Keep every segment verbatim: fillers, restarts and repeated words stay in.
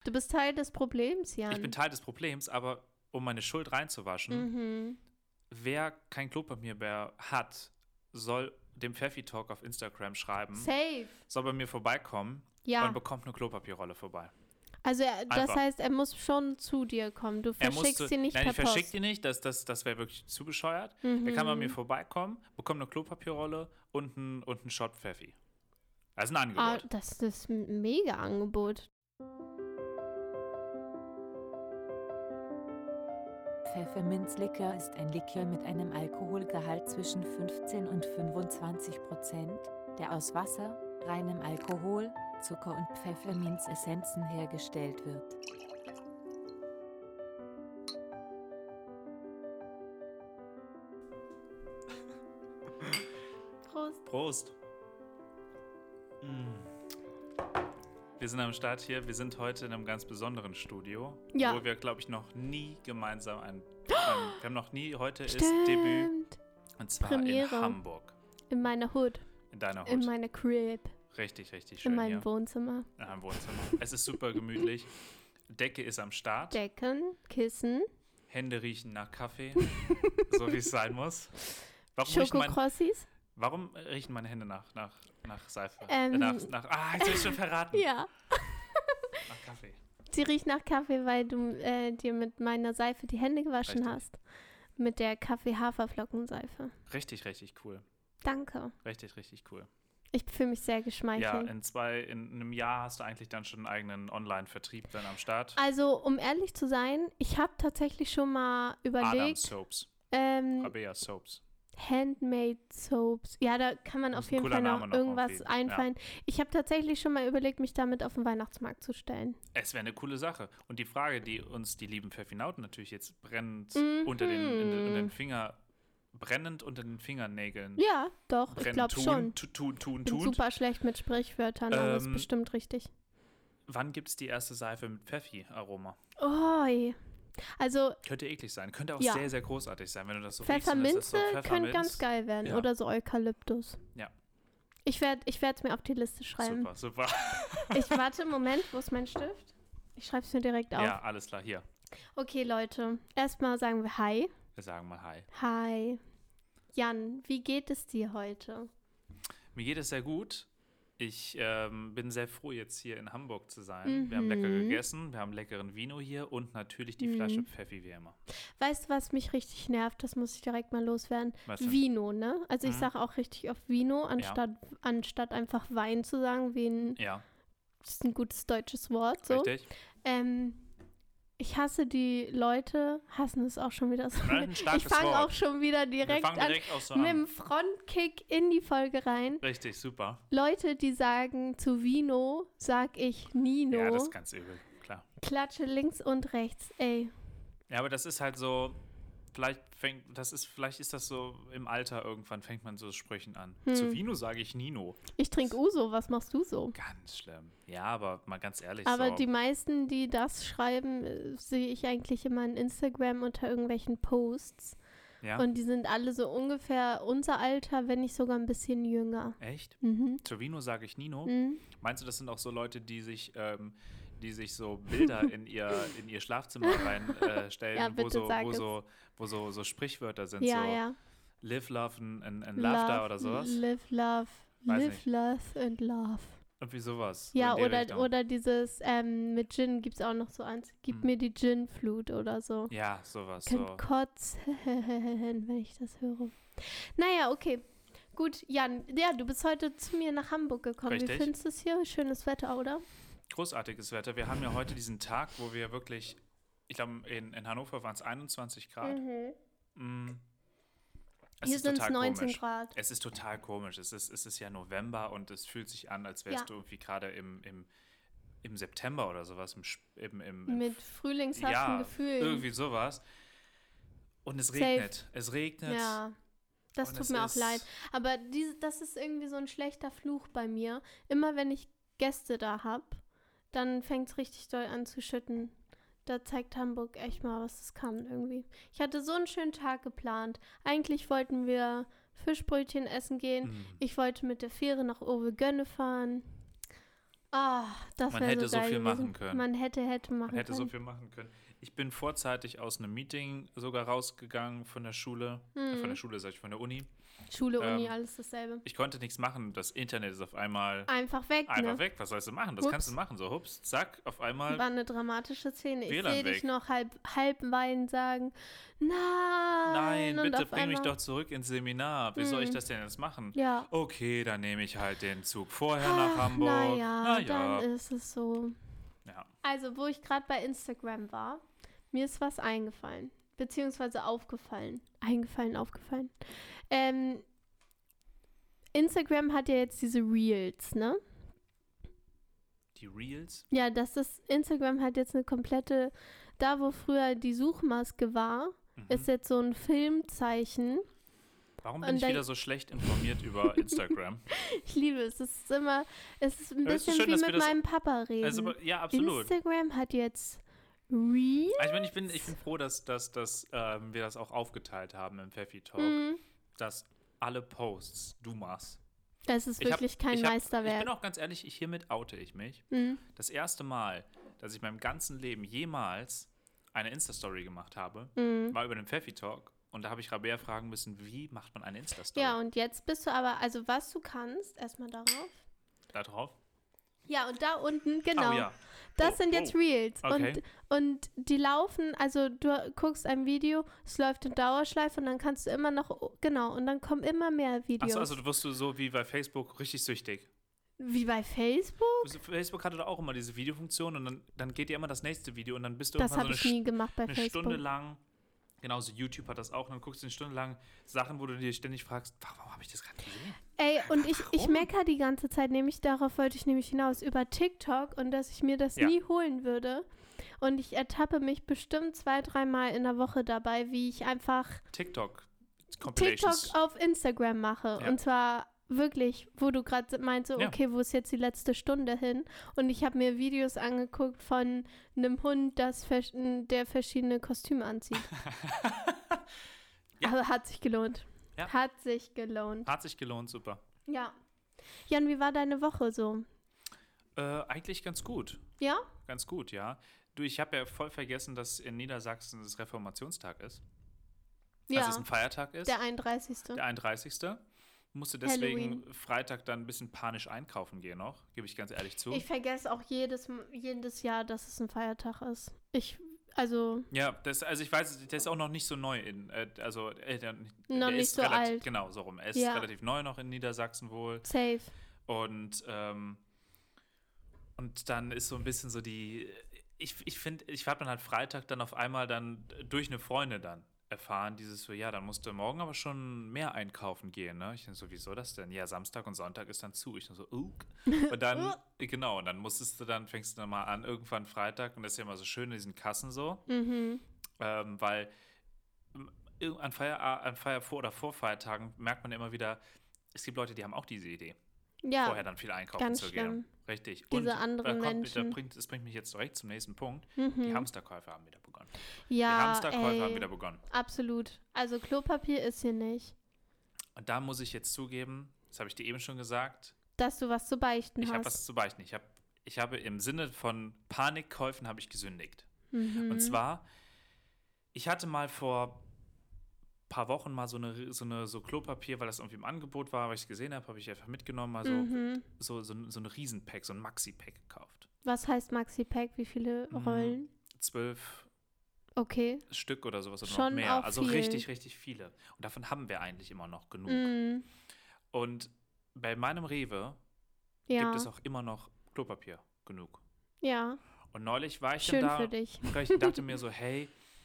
Du bist Teil des Problems, Jan. Ich bin Teil des Problems, aber um meine Schuld reinzuwaschen, Mhm. wer kein Klopapier mehr hat, soll dem Pfeffi Talk auf Instagram schreiben. Safe. Soll bei mir vorbeikommen Ja. und bekommt eine Klopapierrolle vorbei. Also er, das Einfach. heißt, er muss schon zu dir kommen. Du Er verschickst musste, sie nicht nein, per ich verschicke Post. die nicht, das, das, das wäre wirklich zu bescheuert. Mhm. Er kann bei mir vorbeikommen, bekommt eine Klopapierrolle und einen und einen Shot Pfeffi. Das ist ein Ah, Angebot. das ist ein mega Angebot. Pfefferminzlikör ist ein Likör mit einem Alkoholgehalt zwischen fünfzehn und fünfundzwanzig Prozent, der aus Wasser, reinem Alkohol, Zucker und Pfefferminzessenzen hergestellt wird. Prost. Prost. Mm. Wir sind am Start hier. Wir sind heute in einem ganz besonderen Studio, Ja. wo wir, glaube ich, noch nie gemeinsam ein. ein wir haben noch nie. Heute ist Stimmt. Debüt. Und zwar Premiere. in Hamburg. In meiner Hood. In deiner In Hut. meiner Crib. Richtig, richtig schön In meinem hier. Wohnzimmer. In einem Wohnzimmer. Es ist super gemütlich. Decke ist am Start. Decken, Kissen, Hände riechen nach Kaffee. So wie es sein muss. Warum riechen, mein, Schokokrossis. warum riechen meine Hände nach, nach, nach Seife? Ähm. Äh, nach, nach, ah, jetzt habe ich schon verraten. Ja. Nach Kaffee. Sie riecht nach Kaffee, weil du äh, dir mit meiner Seife die Hände gewaschen Richtig. hast. Mit der Kaffee-Haferflockenseife. Richtig, richtig cool. Danke. Richtig, richtig cool. Ich fühle mich sehr geschmeichelt. Ja, in zwei, in einem Jahr hast du eigentlich dann schon einen eigenen Online-Vertrieb dann am Start. Also, um ehrlich zu sein, ich habe tatsächlich schon mal Adam überlegt, Soaps. ähm, Rabea Soaps. Handmade Soaps. Ja, da kann man Das auf ist ein jeden cooler Fall noch Name noch irgendwas irgendwie. einfallen. Ich habe tatsächlich schon mal überlegt, mich damit auf den Weihnachtsmarkt zu stellen. Es wäre eine coole Sache. Und die Frage, die uns die lieben Pfeffinauten natürlich jetzt brennend Mhm. unter, den, in, unter den Finger, brennend unter den Fingernägeln Ja, doch, ich brennen glaube tun, schon. tu- tun, tun, Ich bin tun. super schlecht mit Sprichwörtern, aber ist Ähm, bestimmt richtig. Wann gibt es die erste Seife mit Pfeffi-Aroma? Oi. Also, Könnte eklig sein. Könnte auch Ja. sehr, sehr großartig sein, wenn du das so riechst. und das Pfefferminze ist so könnte Pfefferminz. ganz geil werden. Ja. Oder so Eukalyptus. Ja, Ich werde ich es mir auf die Liste schreiben. super, super. Ich warte, Moment, wo ist mein Stift? Ich schreibe es mir direkt auf. Ja, alles klar, hier. Okay, Leute. Erstmal sagen wir Hi. Wir sagen mal Hi. Hi. Jan, wie geht es dir heute? Mir geht es sehr gut. Ich ähm, bin sehr froh, jetzt hier in Hamburg zu sein. Wir haben lecker Mhm. gegessen, wir haben leckeren Vino hier und natürlich die Flasche Pfeffi wie immer. Weißt du, was mich richtig nervt? Das muss ich direkt mal loswerden. Was denn? Vino, ne? Also ich Mhm. sage auch richtig oft Vino, anstatt, anstatt einfach Wein zu sagen, wie ein, Ja, das ist ein gutes deutsches Wort. So. richtig. Ähm, ich hasse die Leute, hassen es auch schon wieder so. Nein, ein starkes Ich fange Wort. auch schon wieder Wir direkt fangen an, direkt auch so mit an. dem Frontkick in die Folge rein. Richtig, super. Leute, die sagen zu Vino, sag ich Nino. Ja, das ist ganz übel, klar. Klatsche links und rechts, ey. Ja, aber das ist halt so, vielleicht fängt, das ist, vielleicht ist das so im Alter irgendwann, fängt man so Sprüchen an. Hm. Zu Vino sage ich Nino. Ich trinke Uso, was machst du so? Ganz schlimm. Ja, aber mal ganz ehrlich, Aber so. die meisten, die das schreiben, äh, sehe ich eigentlich immer in Instagram unter irgendwelchen Posts. ja? Und die sind alle so ungefähr unser Alter, wenn nicht sogar ein bisschen jünger. Echt? Mhm. Zu Vino sage ich Nino. Mhm. Meinst du, das sind auch so Leute, die sich, ähm, die sich so Bilder in ihr, in ihr Schlafzimmer reinstellen, äh, stellen, Ja, wo, bitte so, sag wo, es. so, wo so, so Sprichwörter sind, Ja, so ja. Live, Love and, and, and Laughter oder sowas? Live, love, Weiß live, nicht. love and love. Irgendwie sowas. Ja, so in die oder, Richtung. oder dieses, ähm, mit Gin gibt es auch noch so eins. Gib Hm. mir die Gin-Flut oder so. Ja, sowas. Könnt So. kotzen, wenn ich das höre. Naja, okay. Gut, Jan, ja, du bist heute zu mir nach Hamburg gekommen. Richtig. Wie findest du es hier? Schönes Wetter, oder? Großartiges Wetter. Wir haben ja heute diesen Tag, wo wir wirklich, ich glaube, in, in Hannover waren es einundzwanzig Grad. Mm. Es Hier ist sind es total neunzehn komisch. Grad. Es ist total komisch. Es ist, es ist ja November und es fühlt sich an, als wärst Ja. du irgendwie gerade im, im, im September oder sowas. Im, Sp- im, im, im Mit frühlingshaften ja, Gefühlen. irgendwie sowas. Und es Safe. regnet. Es regnet. Ja, das Und tut es mir auch ist- leid. Aber diese, das ist irgendwie so ein schlechter Fluch bei mir. Immer wenn ich Gäste da habe, dann fängt es richtig doll an zu schütten. Da zeigt Hamburg echt mal, was es kann irgendwie. Ich hatte so einen schönen Tag geplant. Eigentlich wollten wir Fischbrötchen essen gehen. Mm. Ich wollte mit der Fähre nach Owe Gönne fahren. Ah, das Man wäre hätte so so geil viel gewesen. machen können. Man hätte, hätte machen Man hätte so können. viel machen können. Ich bin vorzeitig aus einem Meeting sogar rausgegangen von der Schule. Äh, Mhm. von der Schule, sag ich, von der Uni. Schule, Uni, Ähm, alles dasselbe. Ich konnte nichts machen. Das Internet ist auf einmal Einfach weg, einfach ne? weg. Was sollst du machen? Das Hups. kannst du machen. So, hups, zack, auf einmal. War eine dramatische Szene. Ich W L A N sehe dich weg. noch halb, halb weinend sagen, nein. Nein, und bitte auf bring mich einmal- doch zurück ins Seminar. Wie soll ich Mhm. das denn jetzt machen? Ja. Okay, dann nehme ich halt den Zug vorher nach Hamburg. Naja, Na dann ja. ist es so. Ja. Also, wo ich gerade bei Instagram war, mir ist was eingefallen. Beziehungsweise aufgefallen. Eingefallen, aufgefallen. Ähm, Instagram hat ja jetzt diese Reels, ne? Die Reels? Ja, das ist, Instagram hat jetzt eine komplette, da wo früher die Suchmaske war, Mhm. ist jetzt so ein Filmzeichen. Warum bin und ich dann- wieder so schlecht informiert über Instagram? Ich liebe es. Es ist immer, es ist ein Aber es ist bisschen schön, wie dass wir mit das- meinem Papa reden. Also, aber- ja, absolut. Instagram hat jetzt Reels. Also ich, meine, ich, bin, ich bin froh, dass, dass, dass ähm, wir das auch aufgeteilt haben im Pfeffi Talk, Mhm. dass alle Posts du machst. Das ist Ich hab- wirklich kein ich hab, Ich Meisterwerk. bin auch ganz ehrlich, ich, hiermit oute ich mich. Mhm. Das erste Mal, dass ich in meinem ganzen Leben jemals eine Insta-Story gemacht habe, Mhm. war über den Pfeffi Talk. Und da habe ich Rabea fragen müssen, wie macht man eine Insta-Story? Ja, und jetzt bist du aber, also was du kannst, erstmal darauf. Da drauf? Ja, und da unten, genau. Oh ja. Das Oh, sind jetzt oh. Reels. Okay. Und, und die laufen, also du guckst ein Video, es läuft in Dauerschleife und dann kannst du immer noch, genau, und dann kommen immer mehr Videos. Achso, also du wirst du so wie bei Facebook richtig süchtig. Wie bei Facebook? Also Facebook hatte da auch immer diese Videofunktion und dann, dann geht dir immer das nächste Video und dann bist du Das irgendwann habe so ich eine, nie gemacht bei eine Facebook. Stunde lang, genauso YouTube hat das auch, und dann guckst du eine Stunde lang Sachen, wo du dir ständig fragst, warum habe ich das gerade gesehen? Ey, und ich, ich Warum? meckere die ganze Zeit, nämlich darauf wollte ich nämlich hinaus, über TikTok und dass ich mir das Ja. nie holen würde. Und ich ertappe mich bestimmt zwei, dreimal in der Woche dabei, wie ich einfach TikTok TikTok Compilations. auf Instagram mache. Ja. Und zwar wirklich, wo du gerade meinst, so, Ja. okay, wo ist jetzt die letzte Stunde hin? Und ich habe mir Videos angeguckt von einem Hund, das vers- der verschiedene Kostüme anzieht. Ja. Aber hat sich gelohnt. Ja. Hat sich gelohnt. Hat sich gelohnt, super. Ja. Jan, wie war deine Woche so? Äh, eigentlich ganz gut. Ja? Ganz gut, ja. Du, ich habe ja voll vergessen, dass in Niedersachsen das Reformationstag ist. Ja. Dass es ein Feiertag ist. Der einunddreißigste Der einunddreißigste Musste deswegen Halloween. Freitag dann ein bisschen panisch einkaufen gehen noch, gebe ich ganz ehrlich zu. Ich vergesse auch jedes, jedes Jahr, dass es ein Feiertag ist. Ich, also, Ja, das, also ich weiß, der ist auch noch nicht so neu in, äh, also äh, der, noch der nicht ist so relativ, alt. Genau, so rum. Er ist Ja. relativ neu noch in Niedersachsen wohl. Safe. Und, ähm, und dann ist so ein bisschen so die, ich, ich finde, ich habe dann halt Freitag dann auf einmal dann durch eine Freundin dann erfahren, dieses so, ja, dann musst du morgen aber schon mehr einkaufen gehen, ne? Ich denke so, wieso das denn? Ja, Samstag und Sonntag ist dann zu. Ich dann so, uk. Und dann, genau, und dann musstest du dann, fängst du dann mal an, irgendwann Freitag, und das ist ja immer so schön in diesen Kassen so, Mhm. ähm, weil ähm, an, Feier, an Feier vor oder vor Feiertagen merkt man ja immer wieder, es gibt Leute, die haben auch diese Idee, Ja, vorher dann viel einkaufen ganz zu schlimm. gehen. Richtig. Diese und anderen da kommt, Menschen. Da bringt, das bringt mich jetzt direkt zum nächsten Punkt. Mhm. Die Hamsterkäufe haben wieder begonnen. Die Ja, Hamsterkäufe haben ey, wieder begonnen. absolut. Also Klopapier ist hier nicht. Und da muss ich jetzt zugeben, das habe ich dir eben schon gesagt, Dass du was zu beichten ich habe hast. was zu beichten. Ich, hab, ich habe im Sinne von Panikkäufen habe ich gesündigt. Mhm. Und zwar, ich hatte mal vor ein paar Wochen mal so eine so eine so Klopapier, weil das irgendwie im Angebot war, weil ich es gesehen habe, habe ich einfach mitgenommen, mal so, Mhm. so, so, so ein Riesenpack, so ein Maxi-Pack gekauft. Was heißt Maxi-Pack? Wie viele Mhm. Rollen? Zwölf Okay. Stück oder sowas oder Schon noch mehr. auch Also viel. richtig, richtig viele. Und davon haben wir eigentlich immer noch genug. Mhm. Und bei meinem Rewe Ja. gibt es auch immer noch Klopapier genug. Ja. Und neulich war ich Schön dann da für dich. und ich dachte mir so, hey,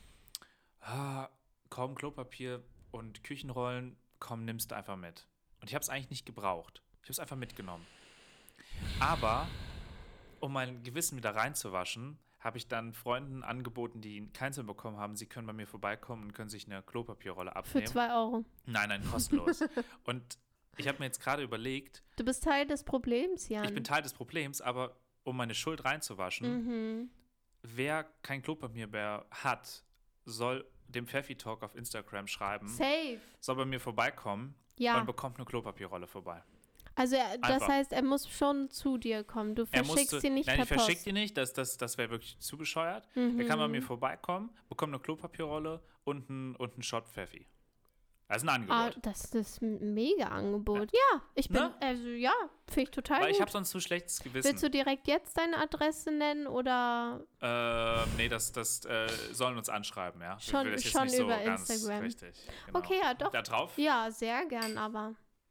ah, kaum Klopapier und Küchenrollen, komm, nimmst du einfach mit. Und ich habe es eigentlich nicht gebraucht. Ich habe es einfach mitgenommen. Aber um mein Gewissen wieder reinzuwaschen, habe ich dann Freunden angeboten, die keins mehr bekommen haben, sie können bei mir vorbeikommen und können sich eine Klopapierrolle Für abnehmen. zwei Euro. Nein, nein, kostenlos. Und ich habe mir jetzt gerade überlegt, Du bist Teil des Problems, Jan. ich bin Teil des Problems, aber um meine Schuld reinzuwaschen, Mhm. wer kein Klopapier mehr hat, soll dem Pfeffi Talk auf Instagram schreiben, Safe. soll bei mir vorbeikommen Ja. und bekommt eine Klopapierrolle vorbei. Also er, das Einfach. heißt, er muss schon zu dir kommen. Du Er verschickst musste, ihn nicht nein, per ich verschicke Post. die nicht, das, das, das wäre wirklich zu bescheuert. Mhm. Der kann bei mir vorbeikommen, bekommt eine Klopapierrolle und einen und einen Shot Pfeffi. Also ein Ah, Angebot. das ist ein mega Angebot. Ja, ich bin, Ne? also ja, finde ich total Weil ich gut. habe sonst zu schlechtes Gewissen. Willst du direkt jetzt deine Adresse nennen oder Ähm, nee, das, das äh, sollen uns anschreiben, ja. Ich Schon- will das jetzt schon nicht so über ganz Instagram. Richtig, genau. Okay, ja, doch. Da drauf? Ja, sehr gern, aber.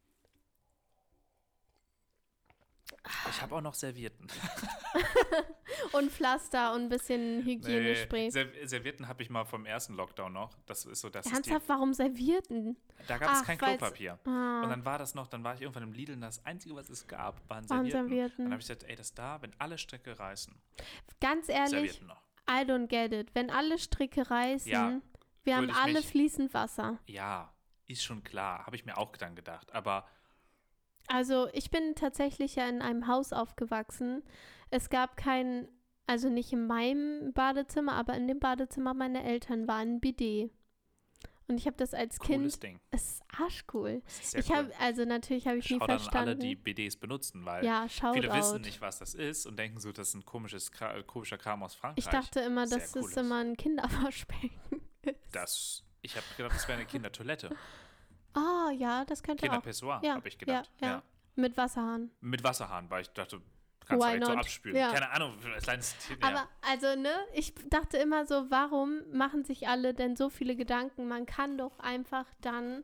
Ich habe auch noch Servietten. Und Pflaster und ein bisschen Hygienespray. Nee, Ser Servietten habe ich mal vom ersten Lockdown noch. Das ist so, das Ernsthaft, warum Servierten? ist die, da gab es Ach, kein weil's- Klopapier. Ah, Und dann war das noch, dann war ich irgendwann im Lidl und das Einzige, was es gab, waren Waren Servietten. Servietten. Dann habe ich gesagt, ey, das da, wenn alle Stricke reißen, ganz ehrlich, Servietten noch. I don't get it. Wenn alle Stricke reißen, Ja, wir haben würde ich alle mich- fließend Wasser. Ja, ist schon klar, habe ich mir auch dann gedacht. Aber Also ich bin tatsächlich ja in einem Haus aufgewachsen. Es gab kein, also nicht in meinem Badezimmer, aber in dem Badezimmer meiner Eltern war ein Bidet. Und ich habe das als cooles Kind, Ding. es ist arschcool. Das ist sehr Ich cool. habe, also natürlich habe ich nie Schau dann verstanden. alle, die B Ds benutzen, weil ja, Shoutout. viele wissen nicht, was das ist und denken so, das ist ein komisches, Kra- komischer Kram aus Frankreich. Ich dachte immer, Sehr dass cool es ist. immer ein Kinderwaschbecken ist. Das, ich habe gedacht, das wäre eine Kindertoilette. Ah, ja, das könnte auch. Kinderpissoir, Ja, habe ich gedacht. ja, ja. Mit Wasserhahn. Mit Wasserhahn, weil ich dachte, kannst du Why direkt so not? abspülen. Ja. Keine Ahnung, als kleines Kind. Ja. Aber, also, ne, ich dachte immer so, warum machen sich alle denn so viele Gedanken? Man kann doch einfach dann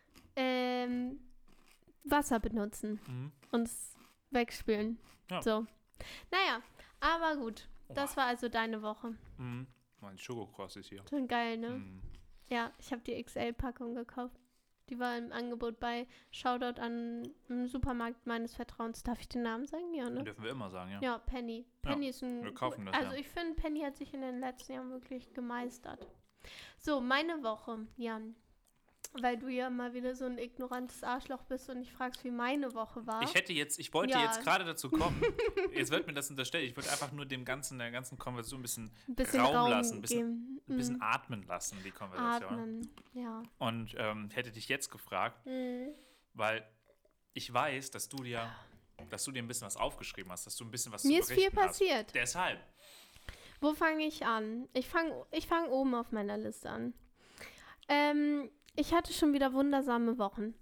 ähm, Wasser benutzen Mhm. und es wegspülen. Ja. So. Naja, aber gut. Das Oha. war also deine Woche. Mhm. Mein Schokocross ist hier. Schon geil, ne? Mhm. Ja, ich habe die X L-Packung gekauft. Die war im Angebot bei Shoutout an im Supermarkt meines Vertrauens. Darf ich den Namen sagen? Ja, ne? Dürfen wir immer sagen, ja. Ja, Penny. Penny ist ein. wir kaufen das, Also ja. ich finde, Penny hat sich in den letzten Jahren wirklich gemeistert. So, meine Woche, Jan. Weil du ja mal wieder so ein ignorantes Arschloch bist und ich fragst, wie meine Woche war. Ich hätte jetzt, ich wollte Ja. jetzt gerade dazu kommen. Jetzt wird mir das unterstellt. Ich würde einfach nur dem ganzen, der ganzen Konversation ein bisschen, ein bisschen Raum Raum, lassen, ein bisschen- geben. ein bisschen Mhm. atmen lassen, die Konversation. Atmen, ja. Und ähm, hätte dich jetzt gefragt, Mhm. weil ich weiß, dass du dir, dass du dir ein bisschen was aufgeschrieben hast, dass du ein bisschen was Mir zu ist viel berichten hast. passiert. Deshalb. Wo fange ich an? Ich fange ich fang oben auf meiner Liste an. Ähm, ich hatte schon wieder wundersame Wochen.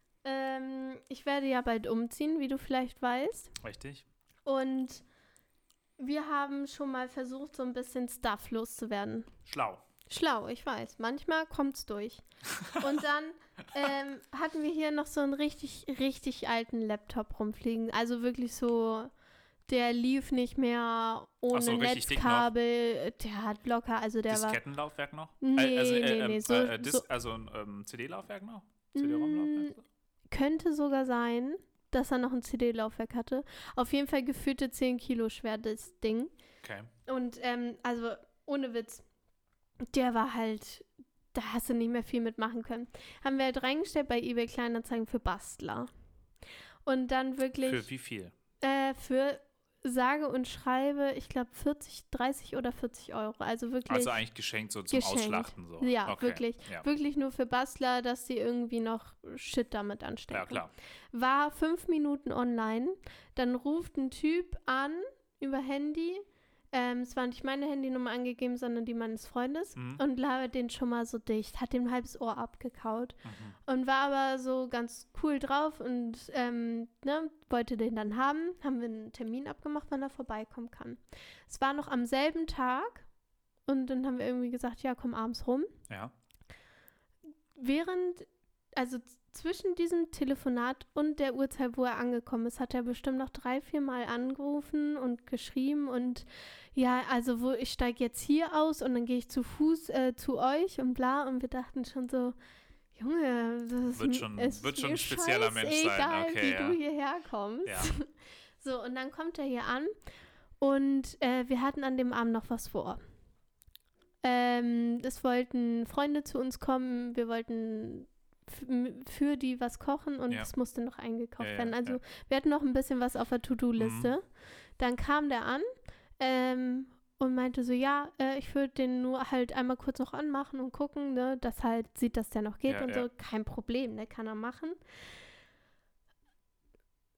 Ähm, ich werde ja bald umziehen, wie du vielleicht weißt. Richtig. Und wir haben schon mal versucht, so ein bisschen Stuff loszuwerden. Schlau. Schlau, ich weiß. Manchmal kommt's durch. Und dann ähm, hatten wir hier noch so einen richtig, richtig alten Laptop rumfliegen. Also wirklich so, der lief nicht mehr ohne Ach so, richtig dick noch? Netzkabel. Der hat locker, also der war... Diskettenlaufwerk noch? Nee, also, nee, äh, nee, äh, so- äh, Dis so- also ein ähm, C D-Laufwerk noch? C D-ROM-Laufwerk? Könnte sogar sein, dass er noch ein C D-Laufwerk hatte. Auf jeden Fall gefühlte zehn Kilo schwer, das Ding. Okay. Und ähm, also ohne Witz, der war halt, da hast du nicht mehr viel mitmachen können. Haben wir halt reingestellt bei eBay Kleinanzeigen für Bastler. Und dann wirklich Für wie viel? äh, für sage und schreibe, ich glaube vierzig, dreißig oder vierzig Euro. Also wirklich, Also eigentlich geschenkt so zum geschenkt. Ausschlachten. So. Ja, Okay. wirklich. Ja. wirklich nur für Bastler, dass sie irgendwie noch Shit damit anstecken. Ja, klar. War fünf Minuten online, dann ruft ein Typ an über Handy, ähm, es war nicht meine Handynummer angegeben, sondern die meines Freundes Mhm. und labert den schon mal so dicht, hat dem ein halbes Ohr abgekaut Mhm. und war aber so ganz cool drauf und ähm, ne, wollte den dann haben, haben wir einen Termin abgemacht, wann er vorbeikommen kann. Es war noch am selben Tag und dann haben wir irgendwie gesagt, ja, komm abends rum. Ja. Während, also z- zwischen diesem Telefonat und der Uhrzeit, wo er angekommen ist, hat er bestimmt noch drei, vier Mal angerufen und geschrieben und ja, also wo ich steige jetzt hier aus und dann gehe ich zu Fuß äh, zu euch und bla und wir dachten schon so, Junge, das ist, Wird schon- es wird ist schon mir ein spezieller Mensch sein. scheißegal, Okay, wie ja. du hierher kommst. Ja. So, und dann kommt er hier an und äh, wir hatten an dem Abend noch was vor. Ähm, es wollten Freunde zu uns kommen, wir wollten f- m- für die was kochen und Ja. es musste noch eingekauft Ja, ja, werden. Also ja. wir hatten noch ein bisschen was auf der To-Do-Liste. Dann kam der an ähm, und meinte so, ja, äh, ich würde den nur halt einmal kurz noch anmachen und gucken, ne, dass halt sieht, dass der noch geht Ja, und ja. so. Kein Problem, ne, kann er machen.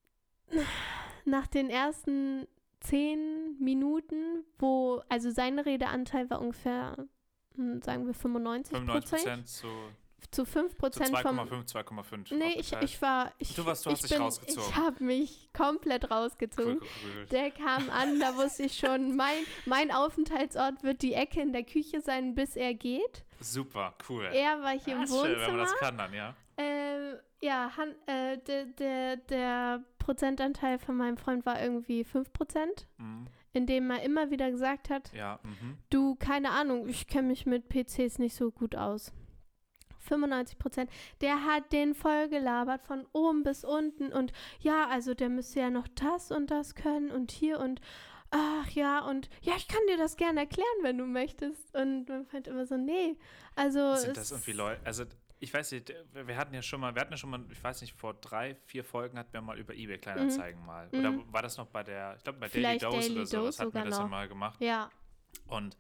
nach den ersten zehn Minuten, wo, also sein Redeanteil war ungefähr, hm, sagen wir fünfundneunzig fünfundneunzig Prozent. Prozent zu, Zu fünf zu Prozent zwei vom... Komma fünf, zwei Komma fünf. Nee, ich, ich war... Ich, Du warst- du ich hast dich bin, rausgezogen. Ich habe mich komplett rausgezogen. Der kam an, da wusste ich schon, mein, mein Aufenthaltsort wird die Ecke in der Küche sein, bis er geht. Super, cool. Er war hier Ja, im ist schön, Wohnzimmer. wenn man das kann dann, ja. Ähm, ja, Han, äh, der, der, der Prozentanteil von meinem Freund war irgendwie fünf Prozent, Mhm. in dem er immer wieder gesagt hat, Ja, mhm. du, keine Ahnung, ich kenne mich mit P Cs nicht so gut aus. fünfundneunzig Prozent. Der hat den voll gelabert von oben bis unten und ja, also der müsste ja noch das und das können und hier und ach ja und ja, ich kann dir das gerne erklären, wenn du möchtest. Und man fand immer so, nee, also Sind das es- irgendwie Leute, also ich weiß nicht, wir hatten ja schon mal, wir hatten ja schon mal, ich weiß nicht, vor drei, vier Folgen hatten wir mal über eBay Kleinanzeigen mal. Oder Mhm. war das noch bei der, ich glaube bei Daily Vielleicht Dose Daily oder sowas Dose hatten wir sogar das ja noch. mal gemacht. ja, Und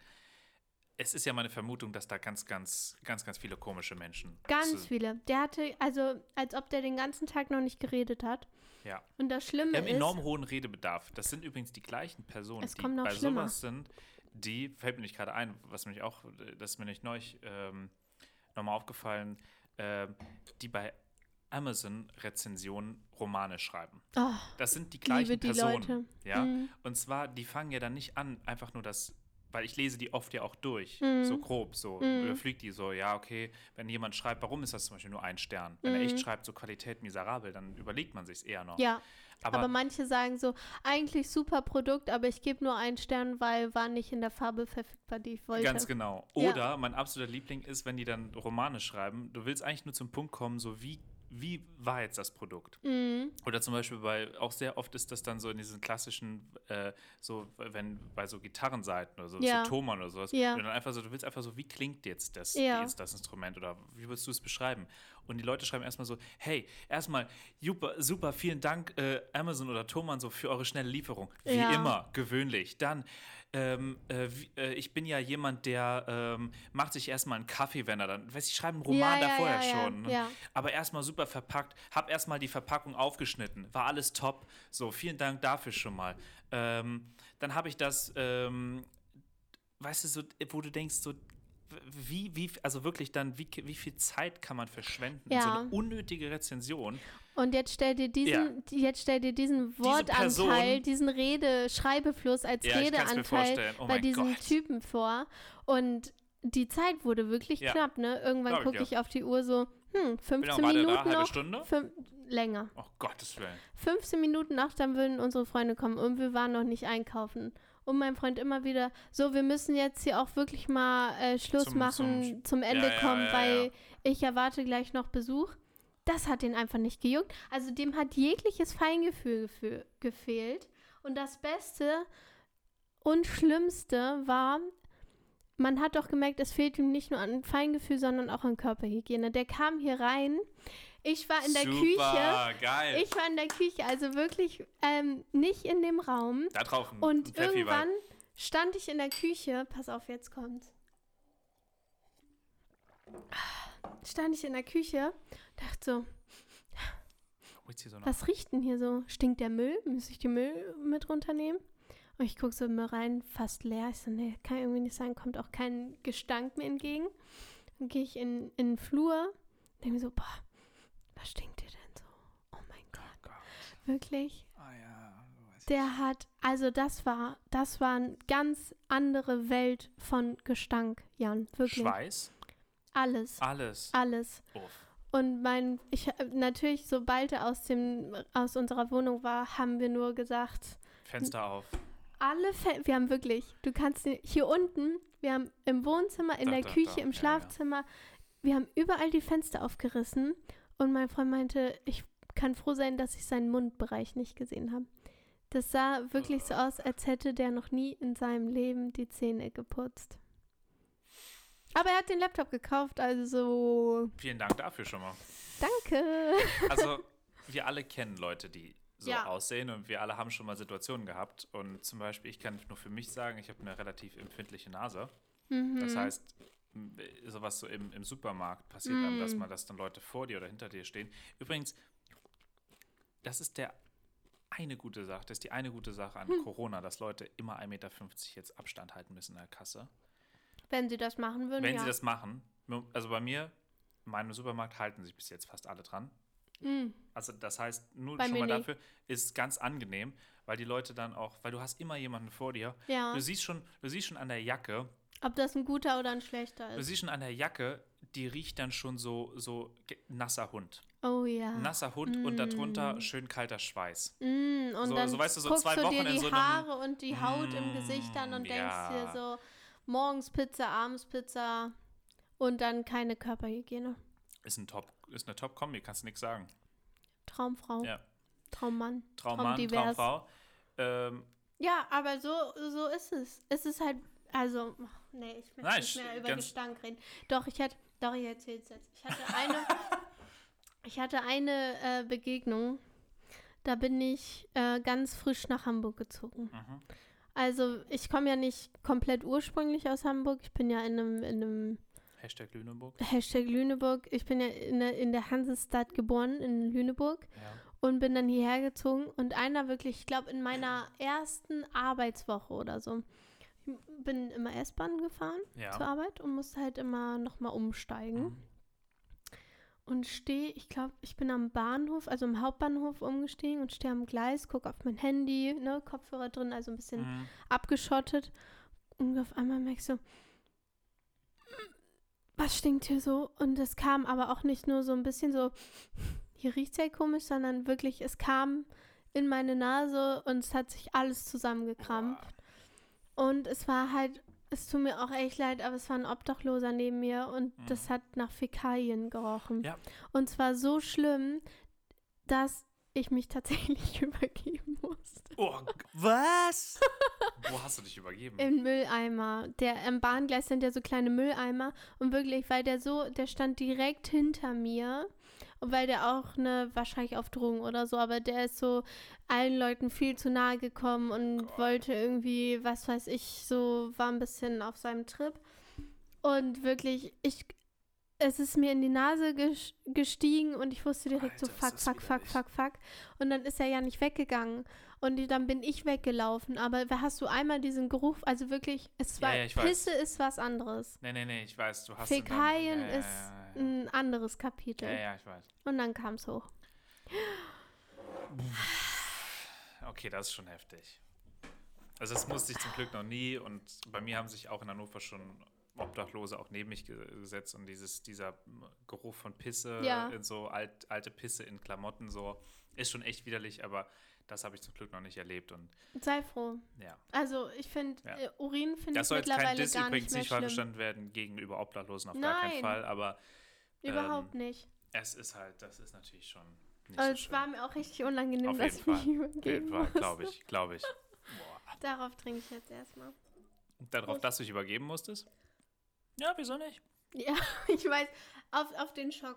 es ist ja meine Vermutung, dass da ganz, ganz, ganz, ganz viele komische Menschen ganz zu- viele. Der hatte, also als ob der den ganzen Tag noch nicht geredet hat. Ja. Und das Schlimme Die haben ist, enorm hohen Redebedarf. Das sind übrigens die gleichen Personen, Es die kommt noch bei schlimmer. sowas sind, die, fällt mir nicht gerade ein, was mich auch, das ist mir nicht neu ähm, nochmal aufgefallen, ähm, die bei Amazon-Rezensionen Romane schreiben. oh, Das sind die liebe gleichen die Personen. Leute. Ja? Mhm. Und zwar, die fangen ja dann nicht an, einfach nur das, weil ich lese die oft ja auch durch, Mhm. so grob, so Mhm. überfliegt die so, ja, okay, wenn jemand schreibt, warum ist das zum Beispiel nur ein Stern? Wenn er Mhm. echt schreibt, so Qualität miserabel, dann überlegt man sich eher noch. Ja, Aber, aber manche sagen so, eigentlich super Produkt, aber ich gebe nur einen Stern, weil war nicht in der Farbe verfügbar, die ich wollte. ganz genau. Ja. Oder mein absoluter Liebling ist, wenn die dann Romane schreiben, du willst eigentlich nur zum Punkt kommen, so wie, wie war jetzt das Produkt? Mhm. Oder zum Beispiel bei, auch sehr oft ist das dann so in diesen klassischen, äh, so, wenn bei so Gitarrenseiten oder so, Ja. so Thomann oder sowas, Ja. und dann einfach so, du willst einfach so, wie klingt jetzt das, Ja. jetzt das Instrument oder wie würdest du es beschreiben? Und die Leute schreiben erstmal so, hey, erstmal super, super, vielen Dank äh, Amazon oder Thomann so für eure schnelle Lieferung. Wie Ja. immer, gewöhnlich. Dann, ähm, äh, wie, äh, ich bin ja jemand, der ähm, macht sich erstmal einen Kaffee, wenn er dann, weiß ich, schreibe einen Roman Ja, da ja, vorher ja, ja, schon. ne? ja. Aber erstmal super verpackt, hab erstmal die Verpackung aufgeschnitten, war alles top. So, vielen Dank dafür schon mal. Ähm, dann habe ich das, ähm, weißt du, so, wo du denkst, so, wie, wie, also wirklich dann, wie, wie viel Zeit kann man verschwenden in so Ja. eine unnötige Rezension? Und jetzt stell dir diesen, jetzt stell dir diesen Wortanteil, Person- diesen Rede, Schreibefluss als Ja, ich kann's mir Redeanteil vorstellen. Oh bei mein diesem Gott. Typen vor. Und die Zeit wurde wirklich Ja. knapp, ne? Irgendwann Glaub ich gucke dir. ich auf die Uhr so, hm, Wie lange fünfzehn war der da? Minuten Halbe noch. Stunde? Fün- länger. Oh Gottes Willen. fünfzehn Minuten nach, dann würden unsere Freunde kommen und wir waren noch nicht einkaufen. Und mein Freund immer wieder, so, wir müssen jetzt hier auch wirklich mal äh, Schluss Zum- machen, zum, zum- Ende Ja, ja, kommen, ja, weil ja. ich erwarte gleich noch Besuch. Das hat den einfach nicht gejuckt. Also dem hat jegliches Feingefühl gefü- gefehlt. Und das Beste und Schlimmste war, man hat doch gemerkt, es fehlt ihm nicht nur an Feingefühl, sondern auch an Körperhygiene. Der kam hier rein, ich war in der Super, Küche. geil. Ich war in der Küche, also wirklich ähm, nicht in dem Raum. da drauf ein, Und ein Pfeffi war. irgendwann stand ich in der Küche, pass auf, jetzt kommt's. Stand ich in der Küche, dachte so, Oh, jetzt hier so noch. was riecht denn hier so? Stinkt der Müll? Muss ich den Müll mit runternehmen? Und ich gucke so in den Müll rein, fast leer. Ich so, nee, kann irgendwie nicht sein, kommt auch kein Gestank mir entgegen. Dann gehe ich in, in den Flur, denke mir so, boah, was stinkt dir denn so? Oh mein Gott, Oh Gott. wirklich? Ah ja, du weißt Der hat, also das war, das war eine ganz andere Welt von Gestank, Jan, wirklich. Schweiß, Alles, alles. alles. Uff. Und mein, ich natürlich, sobald er aus dem, aus unserer Wohnung war, haben wir nur gesagt, Fenster auf. alle, Fe wir haben wirklich, du kannst die- hier unten, wir haben im Wohnzimmer, in Da, der da, Küche, da. im Ja, ja. Schlafzimmer, wir haben überall die Fenster aufgerissen und mein Freund meinte, ich kann froh sein, dass ich seinen Mundbereich nicht gesehen habe. Das sah wirklich so aus, als hätte der noch nie in seinem Leben die Zähne geputzt. Aber er hat den Laptop gekauft, also Vielen Dank dafür schon mal. danke. Also, wir alle kennen Leute, die so Ja. aussehen und wir alle haben schon mal Situationen gehabt. Und zum Beispiel, ich kann nur für mich sagen, ich habe eine relativ empfindliche Nase. Mhm. Das heißt, m- sowas so im, im Supermarkt passiert einem, dass Mm. man, dass dann Leute vor dir oder hinter dir stehen. Übrigens, das ist der eine gute Sache, das ist die eine gute Sache an Hm. Corona, dass Leute immer ein Meter fünfzig jetzt Abstand halten müssen in der Kasse. Wenn sie das machen würden, Wenn ja. sie das machen, also bei mir, in meinem Supermarkt halten sich bis jetzt fast alle dran. Mm. Also das heißt, nur Bei schon mir mal nicht. dafür ist ganz angenehm, weil die Leute dann auch, weil du hast immer jemanden vor dir. Ja. Du siehst schon, du siehst schon an der Jacke, Ob das ein guter oder ein schlechter du ist. siehst schon an der Jacke, die riecht dann schon so, so ge- nasser Hund. Oh ja. Nasser Hund Mm. und darunter schön kalter Schweiß. Mm, und So- dann so, weißt du, so guckst zwei du Wochen dir in die so einem- Haare und die Haut im Mm, Gesicht an und denkst ja. dir so, morgens Pizza, abends Pizza und dann keine Körperhygiene. Ist, ein Top, ist eine Top-Kombi, kannst du nichts sagen. Traumfrau, Ja. Traummann, Traummann, Traumdivers. Traumfrau. Ähm, Ja, aber so, so ist es. Es ist halt, also, ach, nee, ich möchte Nein, nicht mehr ich- über ganz- Gestank reden. Doch, ich hatte, doch, ich erzähl's jetzt. Ich hatte eine, ich hatte eine äh, Begegnung, da bin ich äh, ganz frisch nach Hamburg gezogen. mhm. Also, ich komme ja nicht komplett ursprünglich aus Hamburg. Ich bin ja in einem, in einem Hashtag Lüneburg. Hashtag Lüneburg. Ich bin ja in der, in der Hansestadt geboren, in Lüneburg. Ja. Und bin dann hierher gezogen und einer wirklich, ich glaube, in meiner ersten Arbeitswoche oder so, ich bin immer S-Bahn gefahren Ja. zur Arbeit und musste halt immer nochmal umsteigen. Mhm. Und stehe, ich glaube, ich bin am Bahnhof, also im Hauptbahnhof umgestiegen und stehe am Gleis, gucke auf mein Handy, ne, Kopfhörer drin, also ein bisschen Mhm. abgeschottet. Und auf einmal merke ich so, was stinkt hier so? Und es kam aber auch nicht nur so ein bisschen so, hier riecht es ja komisch, sondern wirklich, es kam in meine Nase und es hat sich alles zusammengekrampft. Und es war halt, es tut mir auch echt leid, aber es war ein Obdachloser neben mir und Mhm. das hat nach Fäkalien gerochen. Ja. Und zwar so schlimm, dass ich mich tatsächlich übergeben musste. Oh, g- was? Wo hast du dich übergeben? Im Mülleimer. Der im Bahngleis sind ja so kleine Mülleimer und wirklich, weil der so, der stand direkt hinter mir und weil der auch ne, wahrscheinlich auf Drogen oder so, aber der ist so allen Leuten viel zu nahe gekommen und Gott. wollte irgendwie, was weiß ich, so war ein bisschen auf seinem Trip und wirklich, ich, es ist mir in die Nase ges- gestiegen und ich wusste direkt so, Alter, ist fuck, das fuck, fuck, widerlich. fuck, fuck und dann ist er ja nicht weggegangen. Und die, dann bin ich weggelaufen. Aber da hast du einmal diesen Geruch, also wirklich, es war, Ja, ja, ich weiß. Pisse ist was anderes. Nee, nee, nee, ich weiß, du hast ihn Fäkalien dann, ja, ja, ist ja, ja, ein anderes Kapitel. ja. Ja, ja, ich weiß. Und dann kam es hoch. Okay, das ist schon heftig. Also das musste ich zum Glück noch nie und bei mir haben sich auch in Hannover schon Obdachlose auch neben mich ge- gesetzt und dieses, dieser Geruch von Pisse, Ja. in so alt, alte Pisse in Klamotten, so, ist schon echt widerlich, aber das habe ich zum Glück noch nicht erlebt und Sei froh. ja. Also ich finde, Ja. äh, Urin finde ich Das soll jetzt kein mittlerweile Diss gar übrigens nicht mehr nicht schlimm. verstanden werden gegenüber Obdachlosen, auf gar keinen Nein. Fall, aber Überhaupt ähm, nicht. es ist halt, das ist natürlich schon nicht Also so es schön. war mir auch richtig unangenehm, Auf dass jeden ich mich Fall. Auf übergeben jeden Fall, musste. glaube ich, glaube ich. Boah. Darauf trinke ich jetzt erstmal. Darauf, Prost. dass du dich übergeben musstest? Ja, wieso nicht? Ja, ich weiß, auf, auf den Schock.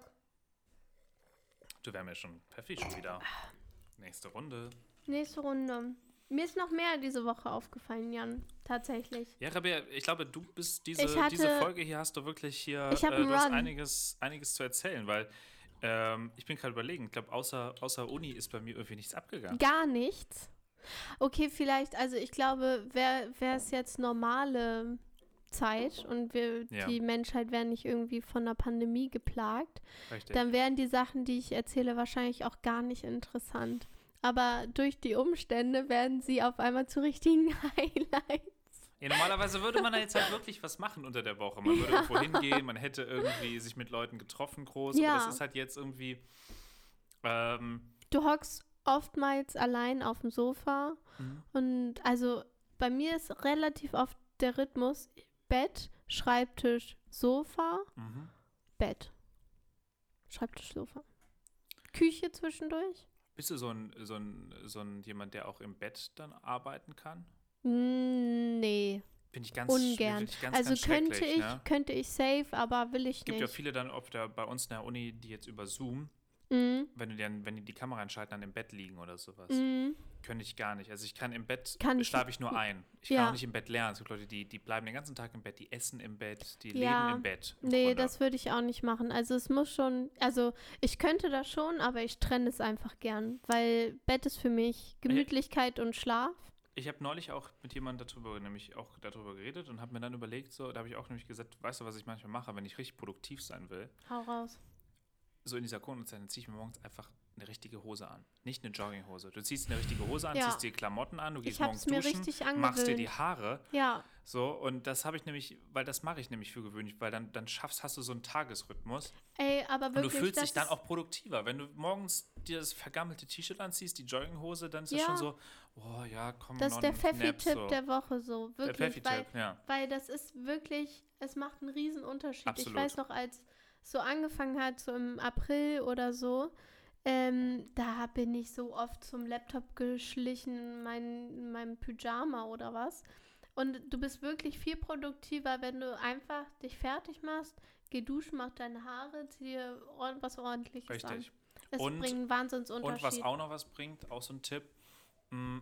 Du wärst mir schon perfekt schon wieder. Nächste Runde. Nächste Runde. Mir ist noch mehr diese Woche aufgefallen, Jan. Tatsächlich. Ja, Rabea, ich glaube, du bist diese, Ich hatte- diese Folge hier hast du wirklich hier, Ich hab äh, einen du hast Run. einiges, einiges zu erzählen, weil ähm, ich bin gerade überlegen, ich glaube, außer, außer Uni ist bei mir irgendwie nichts abgegangen. Gar nichts. Okay, vielleicht, also ich glaube, wäre es jetzt normale Zeit und wir, Ja. die Menschheit wäre nicht irgendwie von einer Pandemie geplagt, Richtig. dann wären die Sachen, die ich erzähle, wahrscheinlich auch gar nicht interessant. Aber durch die Umstände werden sie auf einmal zu richtigen Highlights. Ja, normalerweise würde man da jetzt halt wirklich was machen unter der Woche. Man würde irgendwo hingehen, man hätte irgendwie sich mit Leuten getroffen groß, Ja. aber das ist halt jetzt irgendwie ähm, Du hockst oftmals allein auf dem Sofa mhm. und also bei mir ist relativ oft der Rhythmus Bett, Schreibtisch, Sofa, Mhm. Bett. Schreibtisch, Sofa. Küche zwischendurch? Bist du so ein, so ein, so ein jemand, der auch im Bett dann arbeiten kann? Mm, Nee, Bin ich ganz ungern. Find ich ganz, Also ganz könnte schrecklich, ich, ne? könnte ich safe, aber will ich Es gibt ja nicht. viele dann auf der, bei uns in der Uni, die jetzt über Zoom, Mm, wenn die dann, wenn die die Kamera einschalten, dann im Bett liegen oder sowas. mm. könnte ich gar nicht. Also ich kann im Bett, Kann ich- schlafe ich nur ein. Ich Ja. kann auch nicht im Bett lernen. Es gibt Leute, die, die bleiben den ganzen Tag im Bett, die essen im Bett, die Ja. leben im Bett. Im Nee, Grunde. das würde ich auch nicht machen. Also es muss schon, also ich könnte das schon, aber ich trenne es einfach gern, weil Bett ist für mich Gemütlichkeit und Schlaf. Ich habe neulich auch mit jemandem darüber, nämlich auch darüber geredet und habe mir dann überlegt, so, da habe ich auch nämlich gesagt, weißt du, was ich manchmal mache, wenn ich richtig produktiv sein will? Hau raus. So in dieser Corona-Zeit, dann ziehe ich mir morgens einfach eine richtige Hose an. Nicht eine Jogginghose. Du ziehst eine richtige Hose an, Ja. ziehst dir Klamotten an, du gehst Ich hab's morgens mir duschen, richtig machst dir die angewöhnt. Haare. Ja, So, und das habe ich nämlich, weil das mache ich nämlich für gewöhnlich, weil dann, dann schaffst, hast du so einen Tagesrhythmus ey, aber und wirklich, du fühlst das dich dann ist- auch produktiver. Wenn du morgens dir das vergammelte T-Shirt anziehst, die Jogginghose, dann ist das Ja. schon so, oh ja, komm, das noch ist der ein Nap, Pfeffi-Tipp so. der Woche so, Der wirklich, weil, Pfeffi-Tipp, ja. weil das ist wirklich, es macht einen riesen Unterschied. Absolut. Ich weiß noch, als es so angefangen hat, so im April oder so, ähm, da bin ich so oft zum Laptop geschlichen, mein, meinem Pyjama oder was. Und du bist wirklich viel produktiver, wenn du einfach dich fertig machst, geh duschen, mach deine Haare, zieh dir ord- was Ordentliches an. Richtig. Es Und- bringt einen Wahnsinnsunterschied. Und was auch noch was bringt, auch so ein Tipp, mh,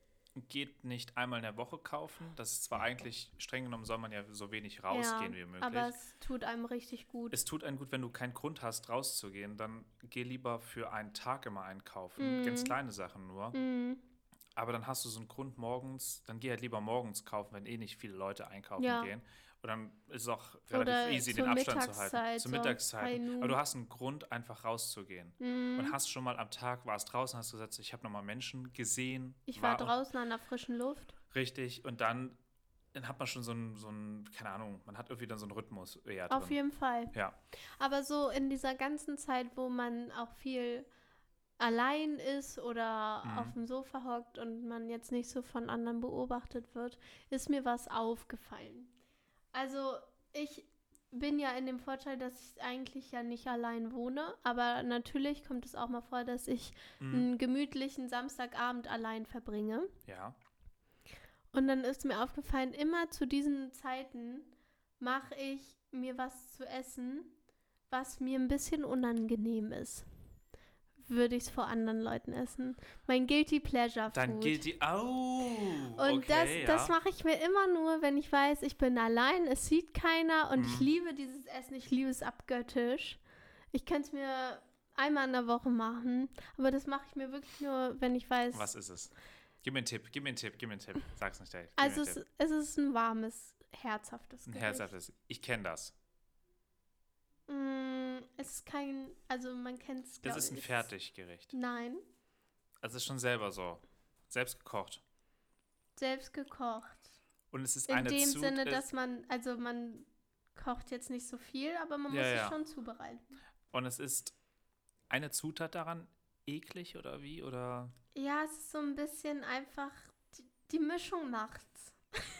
geht nicht einmal in der Woche kaufen. Das ist zwar eigentlich, streng genommen soll man ja so wenig rausgehen ja, wie möglich. aber es tut einem richtig gut. Es tut einem gut, wenn du keinen Grund hast, rauszugehen, dann geh lieber für einen Tag immer einkaufen. Mhm. Ganz kleine Sachen nur. Mhm. Aber dann hast du so einen Grund morgens, dann geh halt lieber morgens kaufen, wenn eh nicht viele Leute einkaufen Ja. gehen. Und dann ist es auch Oder relativ easy, den zur Abstand zu halten. Mittagszeit, Zur so Mittagszeit. High Noon. Aber du hast einen Grund, einfach rauszugehen. Mhm. Und hast schon mal am Tag, warst draußen, hast gesagt, ich habe nochmal Menschen gesehen. Ich war draußen an der frischen Luft. Richtig. Und dann, dann hat man schon so einen, so einen, keine Ahnung, man hat irgendwie dann so einen Rhythmus eher drin. Auf jeden Fall. Ja. Aber so in dieser ganzen Zeit, wo man auch viel allein ist oder Mhm. auf dem Sofa hockt und man jetzt nicht so von anderen beobachtet wird, ist mir was aufgefallen. Also ich bin ja in dem Vorteil, dass ich eigentlich ja nicht allein wohne, aber natürlich kommt es auch mal vor, dass ich Mhm. einen gemütlichen Samstagabend allein verbringe. Ja. Und dann ist mir aufgefallen, immer zu diesen Zeiten mache ich mir was zu essen, was mir ein bisschen unangenehm ist. Würde ich es vor anderen Leuten essen. Mein Guilty Pleasure Food. Dann gilt die. Au! Und okay, das, das ja. mache ich mir immer nur, wenn ich weiß, ich bin allein, es sieht keiner und Mhm. ich liebe dieses Essen, ich liebe es abgöttisch. Ich könnte es mir einmal in der Woche machen, aber das mache ich mir wirklich nur, wenn ich weiß. Was ist es? Gib mir einen Tipp, gib mir einen Tipp, gib mir einen Tipp. Sag's nicht direkt. Gib Also mir einen es, Tipp. es ist ein warmes, herzhaftes Ein Gericht. herzhaftes. Ich kenne das. Mm, es ist kein, also man kennt es, Das glaube ist ein ich. Fertiggericht. Nein, Also es ist schon selber so. Selbst gekocht. selbst gekocht. Und es ist In eine dem Zut- Sinne, es- dass man, also man kocht jetzt nicht so viel, aber man Ja, muss ja. es schon zubereiten. Und es ist eine Zutat daran eklig oder wie? Oder? Ja, es ist so ein bisschen einfach, die, die Mischung macht's.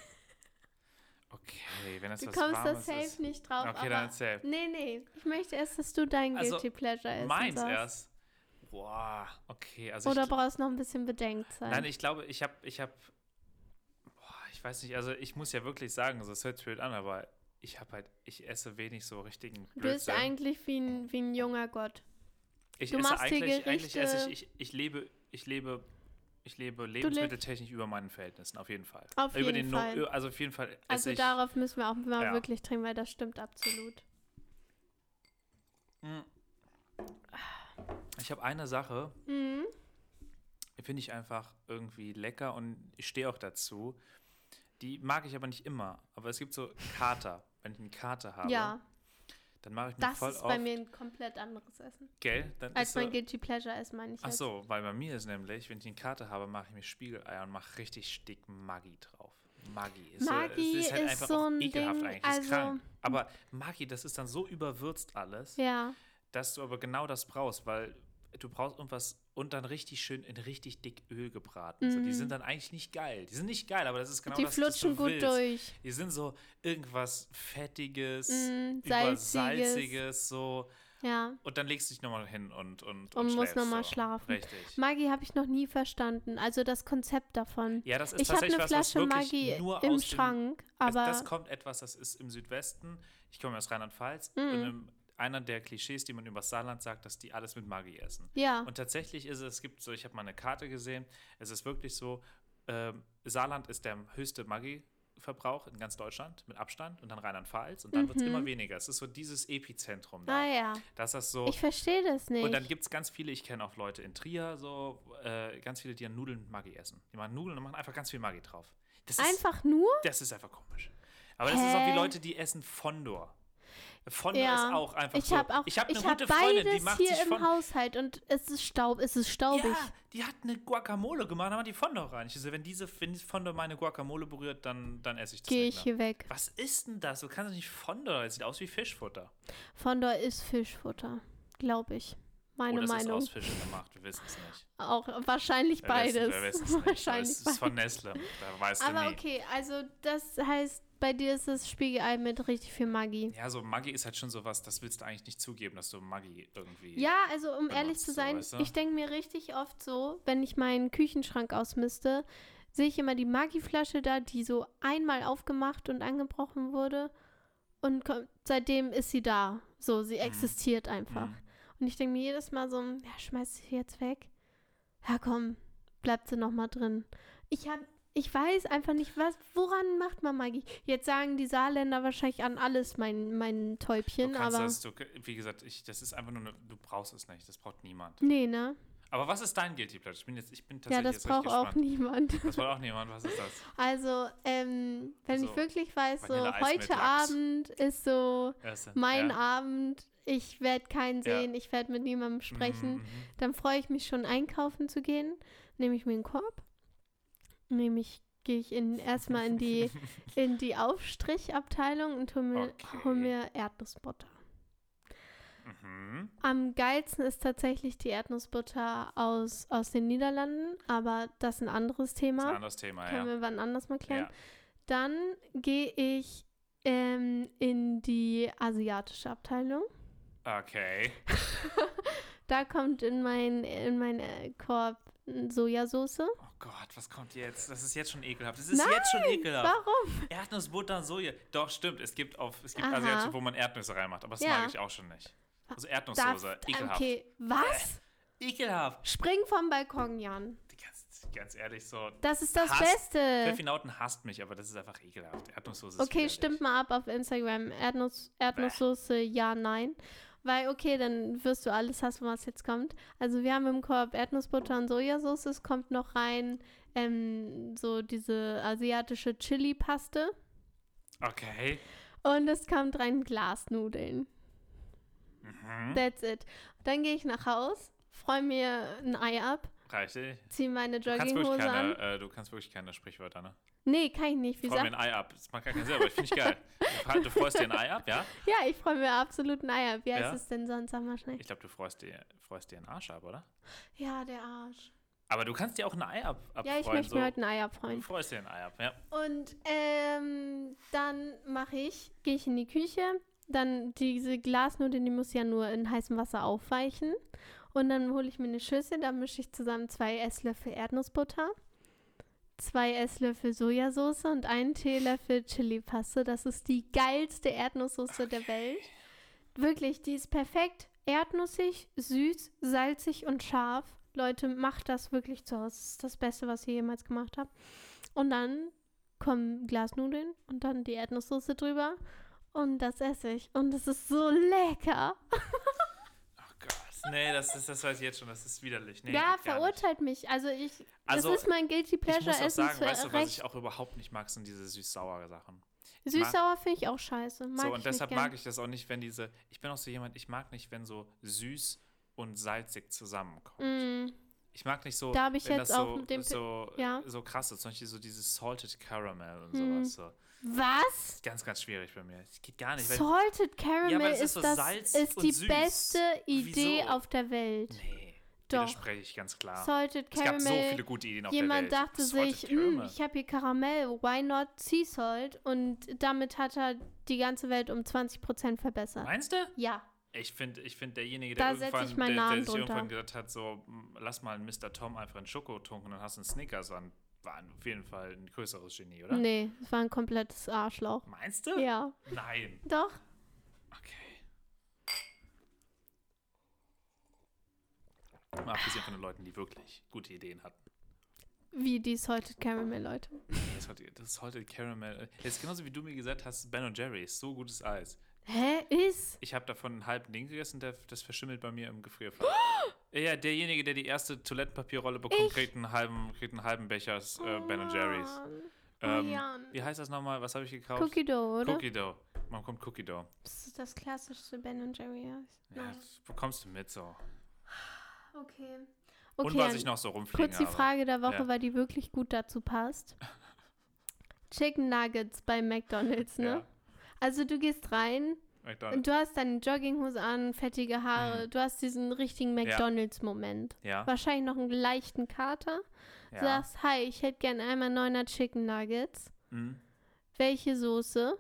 Okay, wenn es Du was kommst da Warmes safe ist. nicht drauf, Okay, dann aber erzähl. nee, nee, ich möchte erst, dass du dein Also, Guilty Pleasure essen Meins darfst. erst. Boah, okay. Also Oder ich, brauchst noch ein bisschen Bedenkzeit. nein, ich glaube, ich habe, ich habe, ich weiß nicht, also ich muss ja wirklich sagen, also es hört sich blöd an, aber ich habe halt, ich esse wenig so richtigen Du bist Blödsinn. eigentlich wie ein, wie ein junger Gott. Ich du esse machst hier eigentlich, eigentlich esse Gerichte- ich, ich, ich lebe, ich lebe, ich lebe lebensmitteltechnisch über meinen Verhältnissen, auf jeden Fall. Auf über jeden den Fall. No, also auf jeden Fall esse Also ich. darauf müssen wir auch mal Ja. wirklich trinken, weil das stimmt absolut. Mm. Ich habe eine Sache, Mhm. finde ich einfach irgendwie lecker und ich stehe auch dazu. Die mag ich aber nicht immer. Aber es gibt so Kater. Wenn ich einen Kater habe, Ja, dann mache ich mir das voll ist oft, bei mir ein komplett anderes Essen. gell? Dann Als ist so, mein Guilty Pleasure ist, meine ich ach jetzt. so, weil bei mir ist nämlich, wenn ich einen Kater habe, mache ich mir Spiegeleier und mache richtig dick Maggi drauf. Maggi ist, Maggi so, es ist halt ist einfach so auch ein ekelhaft Ding, eigentlich, ist also- krank. Aber Maggi, das ist dann so überwürzt alles, Ja, dass du aber genau das brauchst, weil du brauchst irgendwas und dann richtig schön in richtig dick Öl gebraten. So, die Mhm. sind dann eigentlich nicht geil. Die sind nicht geil, aber das ist genau die das, was flutschen du gut willst. durch. Die sind so irgendwas Fettiges, Mm, übersalziges, salziges. so. Ja, Und dann legst du dich nochmal hin und und, Und musst schläfst noch mal so. schlafen. Richtig. Maggi habe ich noch nie verstanden. Also das Konzept davon. Ja, das ist Ich habe tatsächlich eine was, was Flasche wirklich Maggi nur im aus dem, Schrank, Also aber das kommt etwas, das ist im Südwesten. Ich komme aus Rheinland-Pfalz. Mhm. Und im, einer der Klischees, die man über das Saarland sagt, dass die alles mit Maggi essen. Ja. Und tatsächlich ist es, es gibt so, ich habe mal eine Karte gesehen, es ist wirklich so, ähm, Saarland ist der höchste Maggi-Verbrauch in ganz Deutschland mit Abstand und dann Rheinland-Pfalz und dann Mhm. wird es immer weniger. Es ist so dieses Epizentrum da. Ah ja. Dass das so, Ich verstehe das nicht. und dann gibt es ganz viele, ich kenne auch Leute in Trier, so äh, ganz viele, die an Nudeln mit Maggi essen. Die machen Nudeln und machen einfach ganz viel Maggi drauf. Das ist, Einfach nur? das ist einfach komisch. Aber das Hä? ist auch wie Leute, die essen Fondor. Fondor Ja. ist auch einfach Ich so. habe auch, ich habe eine ich hab gute Freundin, beides die macht hier sich im von. Haushalt und es ist Staub, es ist staubig. Ja, die hat eine Guacamole gemacht, da macht die Fondor rein. Ich so, wenn diese wenn Fondor meine Guacamole berührt, dann, dann esse ich das Gehe nicht ich mehr. hier weg. Was ist denn das? Du kannst doch nicht Fondor. Das sieht aus wie Fischfutter. Fondor ist Fischfutter, glaube ich. Meine Oder ist es Meinung. aus Fischen gemacht? Wir wissen es nicht. Auch wahrscheinlich Wir wissen- beides. Wir wissen es nicht. Wahrscheinlich Es ist von Nestle. Da weißt du Aber nie. okay, also das heißt, bei dir ist das Spiegelei mit richtig viel Maggi. Ja, so Maggi ist halt schon sowas, das willst du eigentlich nicht zugeben, dass du Maggi irgendwie. Ja, also um ehrlich benutzt, zu so, sein, weißt du? ich denke mir richtig oft so, wenn ich meinen Küchenschrank ausmiste, sehe ich immer die Maggi-Flasche da, die so einmal aufgemacht und angebrochen wurde und kommt, seitdem ist sie da. So, sie existiert einfach. Mhm. Und ich denke mir jedes Mal so, ja, schmeiß sie jetzt weg. Ja, komm, bleibt sie noch mal drin. Ich hab, ich weiß einfach nicht, was, woran macht man Maggi? Jetzt sagen die Saarländer wahrscheinlich an alles mein, mein Täubchen, Du kannst aber das, du, wie gesagt, ich, das ist einfach nur, eine, du brauchst es nicht, das braucht niemand. nee, ne? Aber was ist dein Guilty Pleasure? Ich bin jetzt, ich bin Ja, tatsächlich das jetzt richtig braucht auch gespannt. niemand. Das braucht auch niemand, was ist das? Also, ähm, wenn Also, ich wirklich weiß, so Vanilleeis mit heute Lachs. Abend ist so Erste. mein ja. Abend, ich werde keinen Ja. sehen, ich werde mit niemandem sprechen, Mhm, mhm. dann freue ich mich schon einkaufen zu gehen, nehme ich mir einen Korb, nehme ich, gehe ich in, erstmal in die, in die Aufstrichabteilung und hole mir, Okay. hol mir Erdnussbutter. Mhm. Am geilsten ist tatsächlich die Erdnussbutter aus, aus den Niederlanden, aber das ist ein anderes Das Thema. ist ein anderes Thema, Können ja. wir wann anders mal klären. ja. Dann gehe ich ähm, in die asiatische Abteilung. Okay. Da kommt in mein, in mein äh, Korb Sojasauce. Oh Gott, was kommt jetzt? Das ist jetzt schon ekelhaft. Das ist Nein, jetzt schon ekelhaft. Warum? Erdnussbutter, Soja. Doch, stimmt. Es gibt, auf, es gibt Aha. Asiatische, wo man Erdnüsse reinmacht, aber das Ja. mag ich auch schon nicht. Also Erdnusssoße, Darf- ekelhaft. Okay, was? Ekelhaft. Spring vom Balkon, Jan. Ganz, ganz ehrlich, so. Das ist das Hass. Beste. Pfeffinauten hasst mich, aber das ist einfach ekelhaft. Erdnusssoße ist Okay, widerlich. stimmt mal ab auf Instagram. Erdnuss, Erdnusssoße, ja, nein. Weil, okay, dann wirst du alles hassen, was jetzt kommt. Also wir haben im Korb Erdnussbutter und Sojasauce. Es kommt noch rein ähm, so diese asiatische Chili-Paste. Okay. Und es kommt rein Glasnudeln. Mhm. That's it. Dann gehe ich nach Haus, freue mir ein Ei ab, Reicht dir? ziehe meine Du kannst, wirklich Jogginghose keine, an. äh, du kannst wirklich keine Sprichwörter, ne? Nee, kann ich nicht. Wie Freu mir sagt? ein Ei ab. Das macht gar keinen Sinn, aber ich finde ich geil. Du, fre- du freust dir ein Ei ab, ja? Ja, ich freue mir absolut ein Ei ab. Wie heißt Ja? es denn sonst? Sag mal schnell. Ich glaube, du freust dir, freust dir einen Arsch ab, oder? Ja, der Arsch. Aber du kannst dir auch ein Ei ab abfreuen. Ja, ich möchte so. mir heute ein Ei Du abfreuen. freust dir ein Ei ab, ja. Und ähm, dann mache ich, gehe ich in die Küche. Dann diese Glasnudeln, die muss ja nur in heißem Wasser aufweichen. Und dann hole ich mir eine Schüssel, da mische ich zusammen zwei Esslöffel Erdnussbutter, zwei Esslöffel Sojasauce und einen Teelöffel Chili-Paste. Das ist die geilste Erdnusssoße der Welt. Wirklich, die ist perfekt. Erdnussig, süß, salzig und scharf. Leute, macht das wirklich zu Hause. Das ist das Beste, was ich jemals gemacht habe. Und dann kommen Glasnudeln und dann die Erdnusssoße drüber. Und das esse ich. Und es ist so lecker. Oh Gott. Nee, das, ist, das weiß ich jetzt schon. Das ist widerlich. Nee, Ja, geht gar verurteilt mich. Also ich, Also, das ist mein Guilty nicht. Pleasure Ich muss auch Essen sagen, zu weißt du, was recht. ich auch überhaupt nicht mag, sind diese süß-sauer Sachen. Süß-sauer finde ich auch scheiße. Mag So, ich und deshalb nicht gern. mag ich das auch nicht, wenn diese, ich bin auch so jemand, ich mag nicht, wenn so süß und salzig zusammenkommt. Mm, Ich mag nicht so, Da hab ich wenn jetzt das so, auch mit dem Pi- so, ja. so krass ist, zum Beispiel so dieses Salted Caramel und Hm. sowas. So. was? Ganz, ganz schwierig bei mir. Das geht gar nicht. Weil, Salted Caramel Ja, aber das ist ist, so das, Salz ist und die süß. beste Idee Wieso? auf der Welt. nee, Doch. widerspreche ich ganz klar. Salted Es gab Caramel. so viele gute Ideen auf Jemand der Welt. dachte Salted sich, "Hm, Caramel. ich habe hier Karamell, why not Sea Salt? Und damit hat er die ganze Welt um zwanzig Prozent verbessert. Meinst du? Ja. Ich finde, ich find derjenige, Da der setz irgendwann, ich meinen der, der Namen sich irgendwann drunter. gesagt hat, so, m, lass mal einen Mister Tom einfach in Schoko tunken und dann hast du einen Snickers, war, ein- war auf jeden Fall ein größeres Genie, oder? Nee, es war ein komplettes Arschloch. Meinst du? Ja. Nein. Doch. Okay. Mal abgesehen von den Leuten, die wirklich gute Ideen hatten. Wie die Salted Caramel, Leute. Das Salted, das Salted Caramel. Das ist genauso wie du mir gesagt hast, Ben und Jerry's, so gutes Eis. Hä? Ist? Ich habe davon einen halben Ding gegessen, der, das verschimmelt bei mir im Gefrierfach. Ja, derjenige, der die erste Toilettenpapierrolle bekommt, Ich? kriegt einen halben, kriegt einen halben Becher äh, Ben und Jerry's. Oh, Ähm, Jan. wie heißt das nochmal? Was habe ich gekauft? Cookie Dough, oder? Cookie Dough. Man kommt Cookie Dough. Das ist das klassischste Ben und Jerry Eis. Ja, das bekommst du mit so. Okay. Und Okay, was Jan. ich noch so rumfliegen Kurz die habe. Frage der Woche, Ja. weil die wirklich gut dazu passt. Chicken Nuggets bei McDonald's, ne? Ja, Also du gehst rein McDonald's. und du hast deine Jogginghose an, fettige Haare, Mhm. du hast diesen richtigen McDonald's-Moment. Ja, Wahrscheinlich noch einen leichten Kater. ja. Sagst, hi, ich hätte gerne einmal neuner Chicken Nuggets. Mhm. Welche Soße?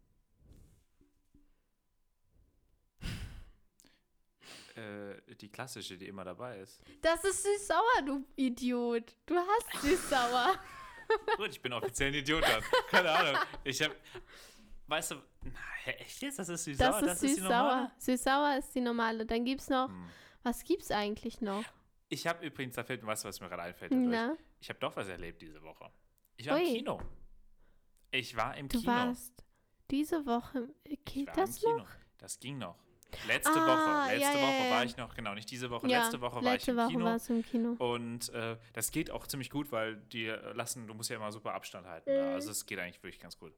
Äh, die klassische, die immer dabei ist. Das ist süß-sauer, du Idiot. Du hast süß-sauer. Gut, ich bin offiziell ein Idiot dann. Keine Ahnung. Ich hab, weißt du, na, echt jetzt? Das ist süß-sauer? Das ist süß-sauer. Süß-sauer ist die normale. Dann gibt's noch, Hm. was gibt's eigentlich noch? Ich habe übrigens, da fällt mir was, was mir gerade einfällt. dadurch. Na, Ich habe doch was erlebt diese Woche. Ich war im Ui. Kino. Ich war im du Kino. warst diese Woche, ich geht war das im Kino. noch? Das ging noch. Letzte Ah, Woche. Letzte ja, ja, Woche ja. war ich noch, genau, nicht diese Woche. Ja, letzte Woche war letzte ich im Woche Kino. warst du im Kino. Und äh, das geht auch ziemlich gut, weil die lassen, du musst ja immer super Abstand halten. Ne? Mhm. Also es geht eigentlich wirklich ganz gut.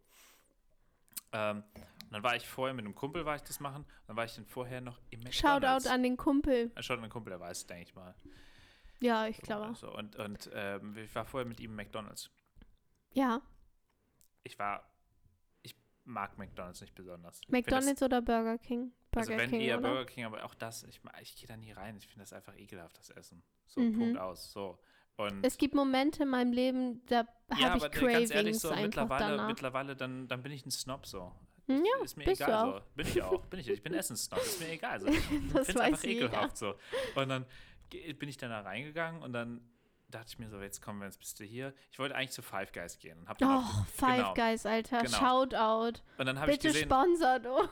Ähm, und dann war ich vorher mit einem Kumpel, war ich das machen. Dann war ich dann vorher noch im McDonald's. Shoutout an den Kumpel. Äh, Shoutout an den Kumpel, der weiß es, denke ich mal. Ja, ich glaube. So, und und ähm, ich war vorher mit ihm im McDonald's. Ja. Ich war, ich mag McDonald's nicht besonders. Ich McDonald's find oder Burger King? das, Burger also wenn King, eher oder? Burger King, aber auch das, ich, ma- ich gehe da nie rein. Ich finde das einfach ekelhaft, das Essen. So, Mhm. Punkt aus. So. Und Es gibt Momente in meinem Leben, da ja, habe ich aber Cravings ganz ehrlich, so einfach mittlerweile, danach. mittlerweile dann, dann bin ich ein Snob so. Hm, ja, Ist mir bist du egal auch. so. Bin ich auch. Bin ich, ich bin Essenssnob. Ist mir egal. So. Ich finde Das es weiß einfach jeder. ekelhaft so. Und dann ge- bin ich dann da reingegangen und dann dachte ich mir so, jetzt kommen wir, jetzt bist du hier. Ich wollte eigentlich zu Five Guys gehen. Und hab dann Oh, auf den, Five genau. Guys, Alter. Genau. Und Shoutout. dann habe ich Bitte gesehen sponsert uns.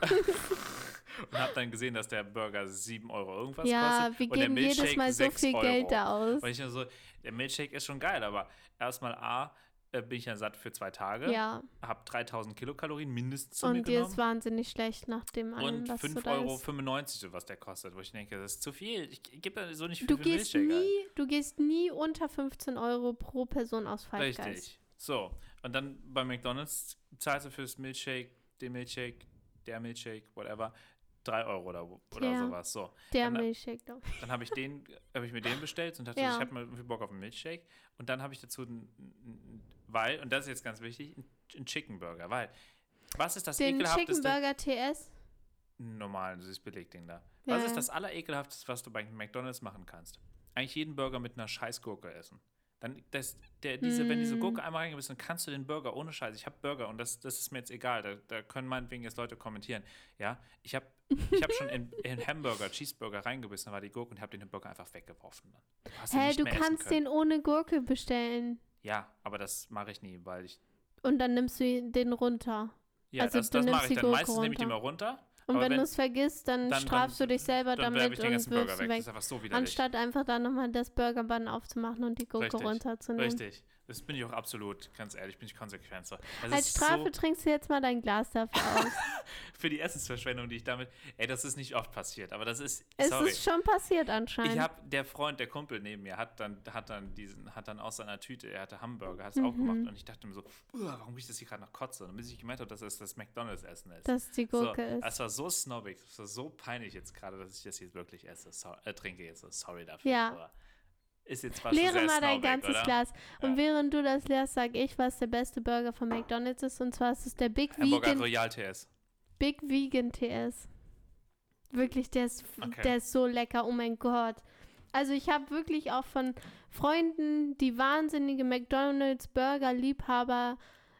und habe dann gesehen, dass der Burger sieben Euro irgendwas Ja, kostet. wir und der geben jedes Milchshake Mal so sechs viel Euro. Geld da aus. Und ich mir so, der Milchshake ist schon geil, aber erstmal A, äh, bin ich dann satt für zwei Tage. Ja, Habe dreitausend Kilokalorien mindestens zu mir und dir genommen. ist wahnsinnig schlecht nach dem allem, Und was du fünf da Euro isst. fünfundneunzig, so was der kostet, wo ich denke, das ist zu viel. Ich gebe da so nicht viel Du für gehst Milchshake ein. nie, du gehst nie unter fünfzehn Euro pro Person aus Five Guys. Richtig. So. Und dann bei McDonald's zahlst du fürs Milchshake, den Milchshake, der Milchshake, whatever, drei Euro oder, oder Der. sowas. So. Der Dann- Milchshake doch. Dann habe ich den, habe ich mir den bestellt und dachte, Ja. ich habe mal irgendwie Bock auf einen Milchshake. Und dann habe ich dazu, einen, einen- weil, und das ist jetzt ganz wichtig, einen Chicken Burger, weil, was ist das Den Chicken ekelhafteste? Burger T S. Normalen, dieses Belegding da. Ja, Was ist ja. das allerekelhafteste, was du bei McDonald's machen kannst? Eigentlich jeden Burger mit einer scheiß Gurke essen. Dann, das, der, diese, Wenn diese Mm. Gurke einmal reingebissen, dann kannst du den Burger ohne Scheiß. Ich habe Burger und das, das ist mir jetzt egal. Da, da können meinetwegen jetzt Leute kommentieren. Ja, ich habe ich hab schon in, in Hamburger, Cheeseburger reingebissen, da war die Gurke und habe den Burger einfach weggeworfen. Dann. Du hast ihn Hä, nicht du mehr essen kannst können. den ohne Gurke bestellen. Ja, aber das mache ich nie, weil ich. Und dann nimmst du den runter. Ja, Also das, du das nimmst mache ich die dann. Gurke Meistens nehme ich die mal runter. runter. Und aber wenn, wenn- du es vergisst, dann, dann- strafst dann- du dich selber Dann werfe damit ich den und ganzen Burger wirfst weg. ihn Das weg. ist einfach so widerlich. Anstatt einfach dann nochmal das Burgerbun aufzumachen und die Gurke Richtig, runterzunehmen. Richtig. Das bin ich auch absolut, ganz ehrlich, bin ich konsequent so. Das Als ist Strafe so, trinkst du jetzt mal dein Glas dafür aus. für die Essensverschwendung, die ich damit. Ey, das ist nicht oft passiert, aber das ist. Es sorry. ist schon passiert anscheinend. Ich habe der Freund, der Kumpel neben mir, hat dann, hat dann diesen, hat dann aus seiner Tüte, er hatte Hamburger, hat es Mhm. auch gemacht und ich dachte mir so, "Uah, warum riecht das hier gerade nach Kotze? Und bis ich gemerkt habe, dass es das McDonalds-Essen ist. dass die Gurke so, ist. Es war so snobbig, es war so peinlich jetzt gerade, dass ich das jetzt wirklich esse, so, äh, trinke jetzt. So, sorry dafür. Ja. Aber ist jetzt fast Leere sehr mal dein snobbig, ganzes oder? Glas. Und Ja. während du das leerst, sag ich, was der beste Burger von McDonald's ist. Und zwar ist es der Big Hamburger Vegan, Royal T S. Big Vegan T S. Wirklich, der ist, Okay. der ist so lecker. Oh mein Gott. Also ich habe wirklich auch von Freunden, die wahnsinnige McDonald's Burger-Liebhaber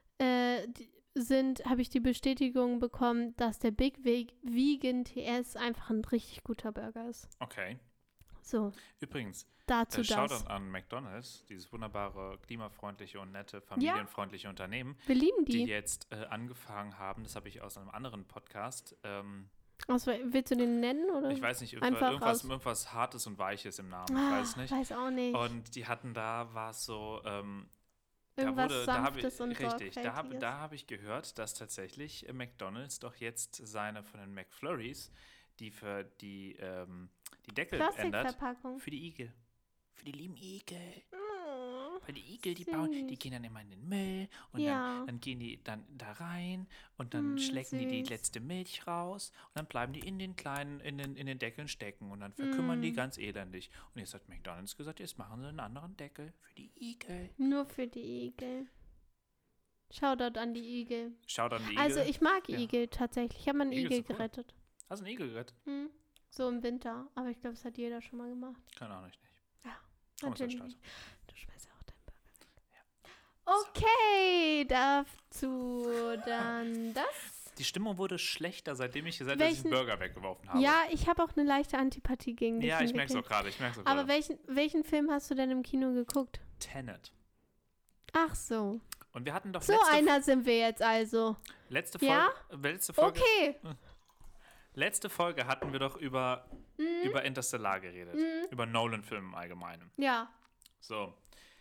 äh, die- sind, habe ich die Bestätigung bekommen, dass der Big Ve- Vegan T S einfach ein richtig guter Burger ist. Okay. So, Übrigens, dazu äh, das. Shoutout an McDonald's, dieses wunderbare, klimafreundliche und nette, familienfreundliche Unternehmen, Wir lieben die die. jetzt äh, angefangen haben, das habe ich aus einem anderen Podcast, ähm, Was, willst du den nennen? Oder? Ich weiß nicht, Einfach irgendwas, aus- irgendwas Hartes und Weiches im Namen. Ich Ah, weiß nicht. weiß auch nicht. Und die hatten da, war es so, ähm, Irgendwas da wurde, da habe ich, Sanftes und richtig, da habe Sorgfältiges. da hab ich gehört, dass tatsächlich äh, McDonald's doch jetzt seine von den McFlurries, die für die, ähm, die Deckel ändert, Plastikverpackung. für die Igel. Für die lieben Igel. Oh, Weil die Igel, die bauen, die süß. gehen dann immer in den Müll und Ja. dann, dann gehen die dann da rein und dann Mm, schlecken die die süß. letzte Milch raus und dann bleiben die in den kleinen, in den, in den Deckeln stecken und dann verkümmern die Mm. ganz elendig. Und jetzt hat McDonald's gesagt, jetzt machen sie einen anderen Deckel für die Igel. Nur für die Igel. Shoutout an die Igel. Schaut an die Igel. Also ich mag Ja. Igel tatsächlich. Ich habe mal einen Igel Igel sind cool. gerettet. Hast du einen Igel gerettet? Hm. So im Winter. Aber ich glaube, das hat jeder schon mal gemacht. Keine Ahnung, ich nicht. Natürlich Stolz. nicht. Du schmeißt ja auch deinen Burger. Okay, dazu dann das. Die Stimmung wurde schlechter, seitdem ich seit ich Welchen- den Burger weggeworfen habe. Ja, ich habe auch eine leichte Antipathie gegen dich ja ich merke es auch entwickelt. gerade. Ich merk's auch Aber gerade. welchen, welchen Film hast du denn im Kino geguckt? Tenet. Ach so. Und wir hatten doch So letzte, einer sind wir jetzt also. letzte, Folge, Ja? letzte Folge. Okay. Letzte Folge hatten wir doch über, Mhm. über Interstellar geredet. Mhm. Über Nolan-Filme im Allgemeinen. Ja. So.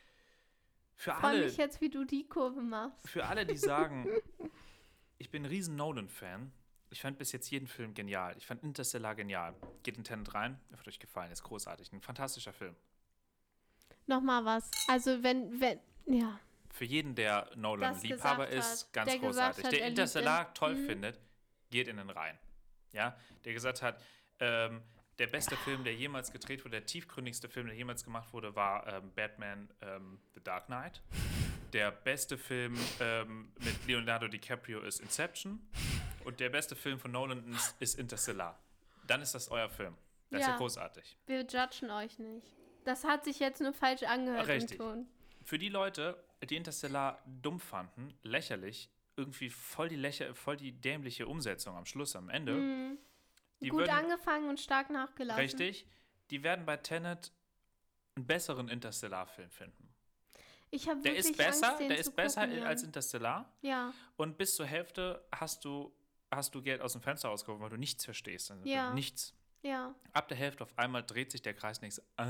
Für Freue alle, mich jetzt, wie du die Kurve machst. für alle, die sagen, ich bin ein riesen Nolan-Fan. Ich fand bis jetzt jeden Film genial. Ich fand Interstellar genial. Geht in Tenet rein. Er wird euch gefallen. Ist großartig. Ein fantastischer Film. Nochmal was. Also wenn, wenn, ja. Für jeden, der Das Nolan-Liebhaber gesagt ist, hat. ganz Der gesagt großartig. hat, Der er liebt Interstellar ihn. toll Mhm. findet, geht in den Rein. Ja, der gesagt hat, ähm, der beste Film, der jemals gedreht wurde, der tiefgründigste Film, der jemals gemacht wurde, war ähm, Batman ähm, The Dark Knight. Der beste Film ähm, mit Leonardo DiCaprio ist Inception. Und der beste Film von Nolan ist, ist Interstellar. Dann ist das euer Film. Das ist ja Ja. großartig. Wir judgen euch nicht. Das hat sich jetzt nur falsch angehört Richtig. im Ton. Für die Leute, die Interstellar dumm fanden, lächerlich, irgendwie voll die, lächer voll die dämliche Umsetzung am Schluss, am Ende, Mhm. die Gut würden, angefangen und stark nachgelassen. richtig, die werden bei Tenet einen besseren Interstellar-Film finden. Ich habe Der wirklich ist besser, Angst, den der zu ist besser gucken, als Jan. Interstellar Ja, und bis zur Hälfte hast du, hast du Geld aus dem Fenster rausgeworfen, weil du nichts verstehst. in dem Ja. Film. Nichts. ja. Ab der Hälfte auf einmal dreht sich der Kreis und denkst, ah,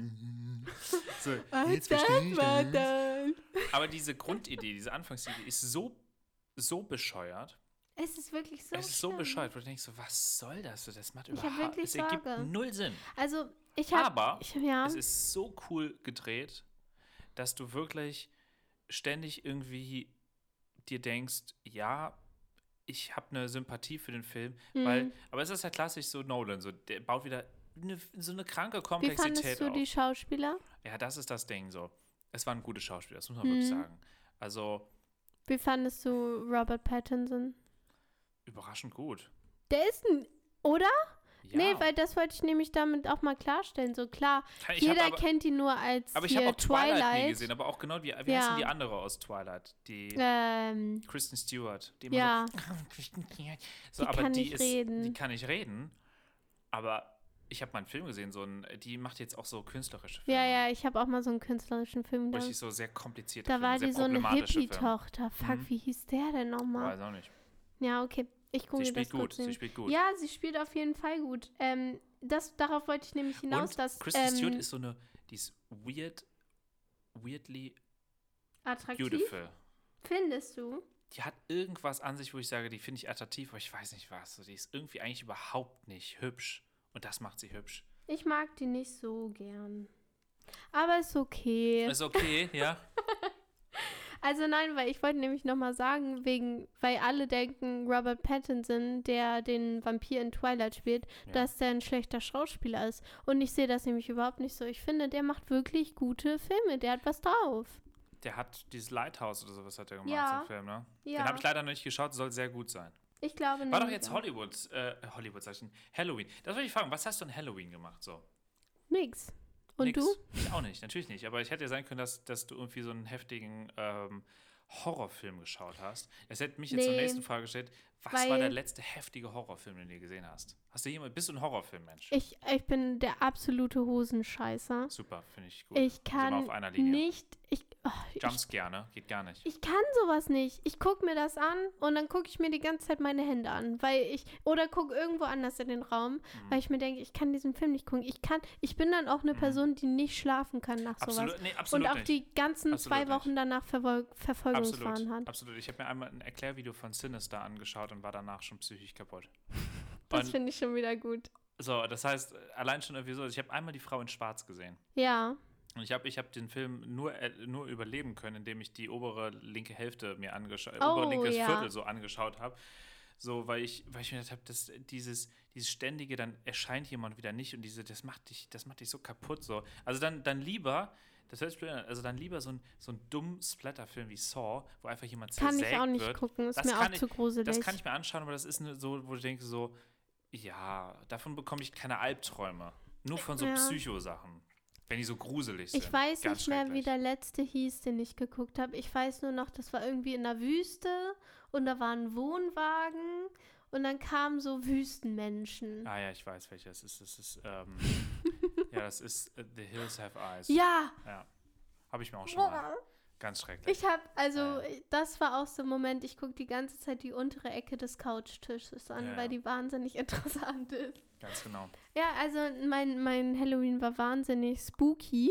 so, Ah, jetzt das verstehe ich war das. das. Aber diese Grundidee, diese Anfangsidee ist so, so bescheuert. Es ist wirklich so es ist so schlimm. bescheuert, wo du denkst, so, was soll das? Das macht Ich hab überhaupt, wirklich es ergibt Sorge. null Sinn. Also, ich habe... Aber Ich, ja, es ist so cool gedreht, dass du wirklich ständig irgendwie dir denkst, ja, ich habe eine Sympathie für den Film, Mhm. weil, aber es ist ja klassisch so Nolan, so, der baut wieder eine, so eine kranke wie Komplexität fandest du auf. die Schauspieler? Ja, das ist das Ding so. Es waren gute Schauspieler, das muss man wirklich Mhm. sagen. Also, Wie fandest du Robert Pattinson? überraschend gut. Der ist ein... Oder? Ja. Nee, weil das wollte ich nämlich damit auch mal klarstellen. So klar, Ich hab jeder aber, kennt ihn nur als aber ich hier habe auch Twilight, Twilight. nie gesehen, aber auch genau, wie, wie heißt Ja. denn die andere aus Twilight? Die Ähm, Kristen Stewart. Die immer ja, so, so Die aber kann die nicht ist, reden. Die kann nicht reden, aber ich habe mal einen Film gesehen, so ein, die macht jetzt auch so künstlerische Filme. ja, ja, ich habe auch mal so einen künstlerischen Film da. Richtig so sehr komplizierte Da Filme, war sehr die so eine problematische Filme. Hippie-Tochter. Fuck, Mhm. wie hieß der denn nochmal? Weiß auch nicht. Ja, okay. Ich gucke Sie mir das spielt gut, kurz hin. sie spielt gut. Ja, sie spielt auf jeden Fall gut. Ähm, das, darauf wollte ich nämlich hinaus, Und dass Kristen ähm, Stewart ist so eine, die ist weird, weirdly attraktiv. beautiful. Findest du? Die hat irgendwas an sich, wo ich sage, die finde ich attraktiv, aber ich weiß nicht was. So, die ist irgendwie eigentlich überhaupt nicht hübsch. Und das macht sie hübsch. Ich mag die nicht so gern. Aber ist okay. Ist okay, ja. Also nein, weil ich wollte nämlich nochmal sagen, wegen, weil alle denken, Robert Pattinson, der den Vampir in Twilight spielt, Ja. dass der ein schlechter Schauspieler ist. Und ich sehe das nämlich überhaupt nicht so. Ich finde, der macht wirklich gute Filme. Der hat was drauf. Der hat dieses Lighthouse oder sowas hat er gemacht, Ja. so einen Film, ne? Ja. Den habe ich leider noch nicht geschaut, soll sehr gut sein. Ich glaube nicht. War doch jetzt Hollywood, äh, Hollywood, sag ich schon, Halloween. Das wollte ich fragen, was hast du an Halloween gemacht, so? Nix. Und Nix. du? Ich auch nicht, natürlich nicht. Aber ich hätte ja sein können, dass, dass du irgendwie so einen heftigen ähm, Horrorfilm geschaut hast. Das hätte mich jetzt zur Nee. nächsten Frage gestellt. Was Weil war der letzte heftige Horrorfilm, den du gesehen hast? Hast du jemand, bist du ein Horrorfilmmensch? ich, ich bin der absolute Hosenscheißer. Super, finde ich gut. Ich Sind wir kann auf einer Linie. nicht, ich, oh, ich, Jumpscare, ne? Geht gar nicht. ich kann sowas nicht. Ich gucke mir das an und dann gucke ich mir die ganze Zeit meine Hände an, weil ich, oder gucke irgendwo anders in den Raum, Mhm. weil ich mir denke, ich kann diesen Film nicht gucken. Ich kann, ich bin dann auch eine Mhm. Person, die nicht schlafen kann nach sowas. Absolut, nee, absolut Und auch nicht. die ganzen Absolut zwei Wochen nicht. danach Vervol Verfolgungswahn Absolut, hat. absolut. Ich habe mir einmal ein Erklärvideo von Sinister angeschaut und war danach schon psychisch kaputt. Das Und finde ich schon wieder gut. so, das heißt, allein schon irgendwie so, ich habe einmal die Frau in Schwarz gesehen. Ja. Und ich habe ich hab den Film nur, äh, nur überleben können, indem ich die obere linke Hälfte mir angeschaut, Oh, obere linkes ja. Viertel so angeschaut habe. So, weil ich, weil ich mir gedacht habe, dass dieses, dieses ständige, dann erscheint jemand wieder nicht und diese, das macht dich, das macht dich so kaputt. So. Also dann, dann lieber, das hört sich blöd an, also dann lieber so ein, so ein dummen Splatterfilm wie Saw, wo einfach jemand Kann zersägt ich auch nicht wird. gucken. Ist Das mir kann auch ich- zu gruselig. Das kann ich mir anschauen, aber das ist nur so, wo ich denke so, ja, davon bekomme ich keine Albträume. Nur von so Ja. Psychosachen. Wenn die so gruselig sind. Ich weiß Ganz nicht mehr, wie schrecklich. der letzte hieß, den ich geguckt habe. Ich weiß nur noch, das war irgendwie in der Wüste und da war ein Wohnwagen und dann kamen so Wüstenmenschen. Ah ja, ich weiß welches. Das ist, das ist, ähm, ja, das ist äh, The Hills Have Eyes. Ja! Ja. Habe ich mir auch schon mal. Ganz schrecklich. Ich habe, also, Ja. das war auch so ein Moment, ich gucke die ganze Zeit die untere Ecke des Couchtisches an, Ja, weil ja. die wahnsinnig interessant ist. Ganz genau. Ja, also mein, mein Halloween war wahnsinnig spooky.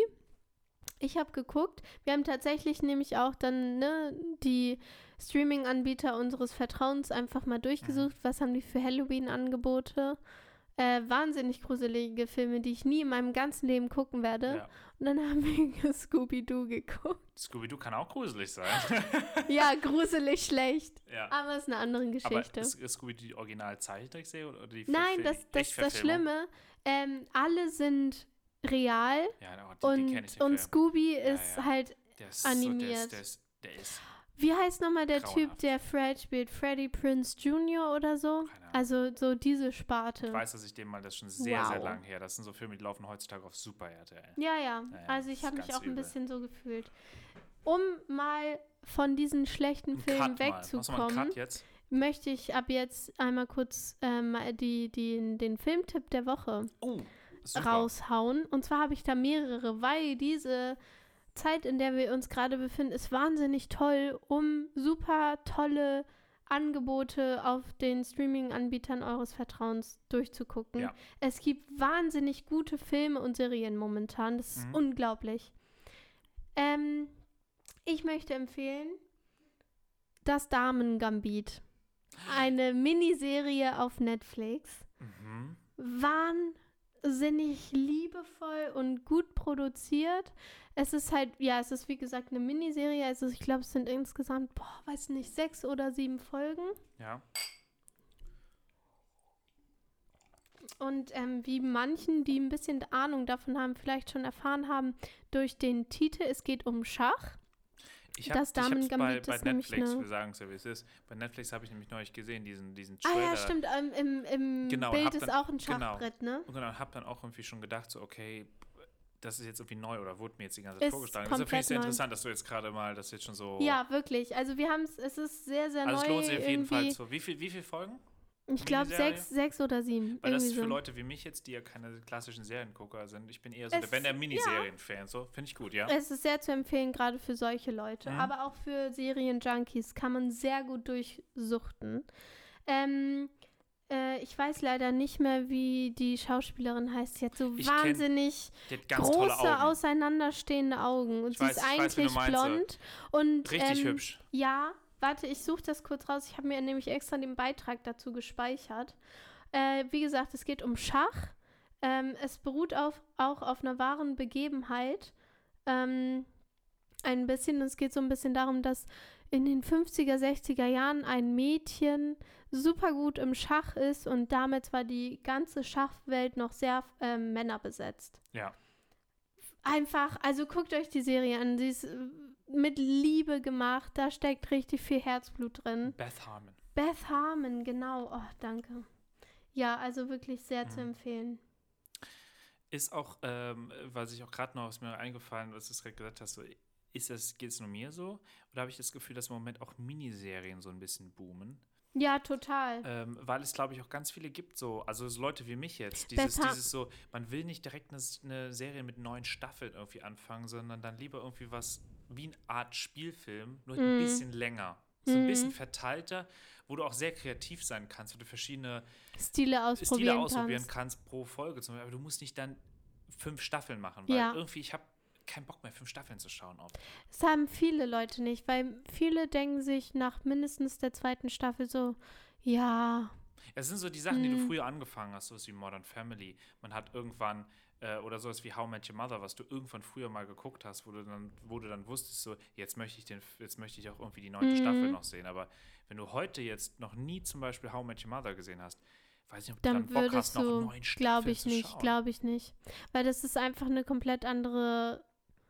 Ich habe geguckt. Wir haben tatsächlich nämlich auch dann ne, die Streaming-Anbieter unseres Vertrauens einfach mal durchgesucht. Mhm. Was haben die für Halloween-Angebote? Äh, wahnsinnig gruselige Filme, die ich nie in meinem ganzen Leben gucken werde. Ja. Und dann haben wir Scooby-Doo geguckt. Scooby-Doo kann auch gruselig sein. Ja, gruselig schlecht. ja. Aber ist eine andere Aber Geschichte. ist, ist Scooby-Doo die Original-Zeichentrickserie oder die Nein, Verfil- das, das, das Echtverfilmung? Schlimme, ähm, alle sind real. Ja, oh, die, die kenne ich, Und, den und Film. Scooby Ja, ist ja. halt, Der ist animiert. So, der, ist, der, ist, der ist, wie heißt nochmal der Typ, Grauenhaft. der Fred spielt? Freddie Prinze Junior oder so? keine Ahnung. Also so diese Sparte. Ich weiß, dass ich den mal, das ist schon sehr, sehr Wow. lang her. Das sind so Filme, die laufen heutzutage auf Super R T L. Ja, ja. Ja, ja, Also ich das habe ist mich ganz auch ein übel. bisschen so gefühlt. Um mal von diesen schlechten Ein Filmen Cut mal. Machst du mal einen wegzukommen, Cut jetzt? möchte ich ab jetzt einmal kurz ähm, die, die, den Filmtipp der Woche Oh, super. raushauen. Und zwar habe ich da mehrere, weil diese Zeit, in der wir uns gerade befinden, ist wahnsinnig toll, um super tolle Angebote auf den Streaming-Anbietern eures Vertrauens durchzugucken. Ja. Es gibt wahnsinnig gute Filme und Serien momentan. Das ist Mhm. unglaublich. Ähm, ich möchte empfehlen Das Damen-Gambit. Eine Miniserie auf Netflix. Mhm. Wahnsinnig liebevoll und gut produziert. Es ist halt, ja, es ist wie gesagt eine Miniserie. Also ich glaube, es sind insgesamt, boah, weiß nicht, sechs oder sieben Folgen. Ja. Und ähm, wie manchen, die ein bisschen Ahnung davon haben, vielleicht schon erfahren haben, durch den Titel, es geht um Schach. Ich hab, Das ich hab's bei, Damen-Gambit bei ist nämlich Netflix, eine- wir sagen es ja, wie es ist. Bei Netflix habe ich nämlich neulich gesehen, diesen, diesen Ah Trailer. ja, stimmt, ähm, im, im Genau, Bild hab ist dann- auch ein genau. Schachbrett, ne? Und dann habe dann auch irgendwie schon gedacht, so, okay, das ist jetzt irgendwie neu oder wurde mir jetzt die ganze Zeit Ist vorgeschlagen. Also finde ich komplett sehr neu. interessant, dass du jetzt gerade mal das jetzt schon so. Ja, wirklich. Also wir haben es, es ist sehr, sehr also es neu. lohnt sich auf jeden Fall irgendwie. so. Wie viel, wie viele Folgen? Ich glaube Miniserie? sechs, sechs oder sieben. Weil das irgendwie ist für so. Leute wie mich jetzt, die ja keine klassischen Seriengucker sind. Ich bin eher so Es- der, wenn der Miniserien-Fan, so. Finde ich gut, ja. Es ist sehr zu empfehlen, gerade für solche Leute. Mhm. Aber auch für Serien-Junkies kann man sehr gut durchsuchten. Ähm, äh, ich weiß leider nicht mehr, wie die Schauspielerin heißt. Sie hat so Ich kenn wahnsinnig Die hat ganz tolle große, Augen. auseinanderstehende Augen. Und Ich sie weiß- ist ich weiß, wen eigentlich du meinst. blond. Und, Richtig ähm, hübsch. Ja, warte, ich suche das kurz raus. Ich habe mir nämlich extra den Beitrag dazu gespeichert. Äh, wie gesagt, es geht um Schach. Ähm, es beruht auf, auch auf einer wahren Begebenheit. Ähm, ein bisschen. Es geht so ein bisschen darum, dass in den fünfziger, sechziger Jahren ein Mädchen super gut im Schach ist und damit war die ganze Schachwelt noch sehr ähm, männerbesetzt. Ja. Einfach, also guckt euch die Serie an. Sie ist äh, mit Liebe gemacht. Da steckt richtig viel Herzblut drin. Beth Harmon. Beth Harmon, genau. Oh, danke. Ja, also wirklich sehr zu Mhm. empfehlen. Ist auch, ähm, was ich auch gerade noch, was mir eingefallen, was du es gerade gesagt hast, so, ist das, geht es nur mir so? Oder habe ich das Gefühl, dass im Moment auch Miniserien so ein bisschen boomen? Ja, total. Ähm, weil es, glaube ich, auch ganz viele gibt, so, also so Leute wie mich jetzt, dieses, Besser- dieses so, man will nicht direkt eine, eine Serie mit neun Staffeln irgendwie anfangen, sondern dann lieber irgendwie was wie eine Art Spielfilm, nur ein Mhm. bisschen länger. So ein Mhm. bisschen verteilter, wo du auch sehr kreativ sein kannst, wo du verschiedene Stile ausprobieren Stile ausprobieren kannst. kannst pro Folge zum Beispiel, aber du musst nicht dann fünf Staffeln machen, weil Ja. irgendwie, ich habe keinen Bock mehr, fünf Staffeln zu schauen. Oft. Das haben viele Leute nicht, weil viele denken sich nach mindestens der zweiten Staffel so, ja, Es sind so die Sachen, die du Mhm. früher angefangen hast, sowas wie Modern Family. Man hat irgendwann, äh, oder sowas wie How I Met Your Mother, was du irgendwann früher mal geguckt hast, wo du dann, wo du dann wusstest, so, jetzt möchte ich den, jetzt möchte ich auch irgendwie die neunte Mhm. Staffel noch sehen. Aber wenn du heute jetzt noch nie zum Beispiel How I Met Your Mother gesehen hast, weiß nicht, ob du dann dann Bock würdest hast, noch du, neun Staffeln glaube ich zu nicht, schauen. glaube ich nicht. Weil das ist einfach eine komplett andere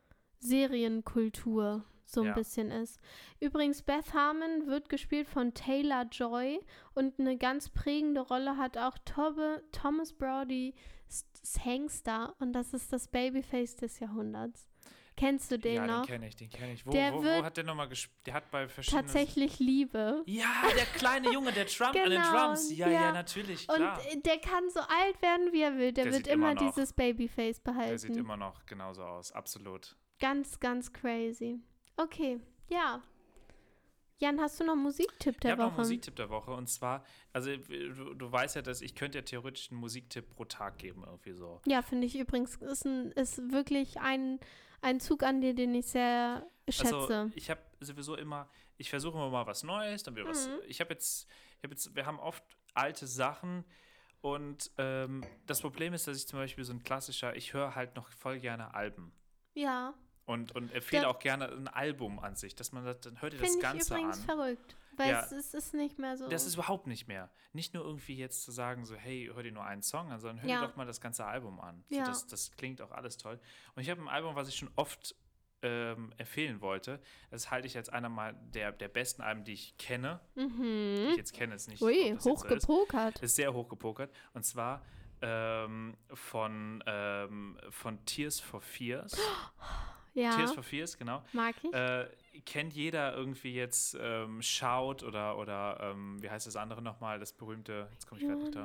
Serienkultur, so ein Ja. bisschen ist. Übrigens, Beth Harmon wird gespielt von Taylor Joy und eine ganz prägende Rolle hat auch Tobbe, Thomas Brody Sangster und das ist das Babyface des Jahrhunderts. Kennst du den ja, noch? den kenne ich, den kenne ich. Wo, Der wo, wo wird hat der nochmal gespielt? Der hat bei verschiedenen... Tatsächlich Liebe. Ja, der kleine Junge, der Trump an den Genau, Drums. Ja, ja. ja, natürlich, Und klar. äh, der kann so alt werden, wie er will. Der, Der wird sieht immer immer noch- dieses Babyface Der behalten. sieht immer noch genauso aus, absolut. Ganz, ganz crazy. Okay, ja. Jan, hast du noch einen Musiktipp Ich der habe noch einen Woche? Musiktipp der Woche und zwar, also du, du weißt ja, dass ich könnte ja theoretisch einen Musiktipp pro Tag geben, irgendwie so. Ja, finde ich übrigens, ist, ein, ist wirklich ein, ein Zug an dir, den ich sehr schätze. Also ich habe sowieso immer, ich versuche immer mal was Neues, dann wieder was. Mhm. Ich habe jetzt, ich habe jetzt, wir haben oft alte Sachen und ähm, das Problem ist, dass ich zum Beispiel so ein klassischer, ich höre halt noch voll gerne Alben. Ja, Und, und empfehle Da- auch gerne ein Album an sich, dass man das, dann hört ihr das finde ich Ganze übrigens an. verrückt. Weil Ja. es, es ist nicht mehr so. Das ist überhaupt nicht mehr. Nicht nur irgendwie jetzt zu sagen, so, hey, hör dir nur einen Song an, sondern hör Ja. dir doch mal das ganze Album an. So, Ja. das, das klingt auch alles toll. Und ich habe ein Album, was ich schon oft ähm, empfehlen wollte. Das halte ich als einer mal der, der besten Alben, die ich kenne. Die mhm. ich jetzt kenne, ist nicht. Ui, ob das jetzt so ist. hochgepokert. Ist sehr hochgepokert. Und zwar ähm, von, ähm, von Tears for Fears. Ja, Tears for Fears, genau. mag ich. Äh, kennt jeder irgendwie jetzt ähm, Shout oder, oder ähm, wie heißt das andere nochmal, das berühmte, jetzt komme ich gerade nicht da,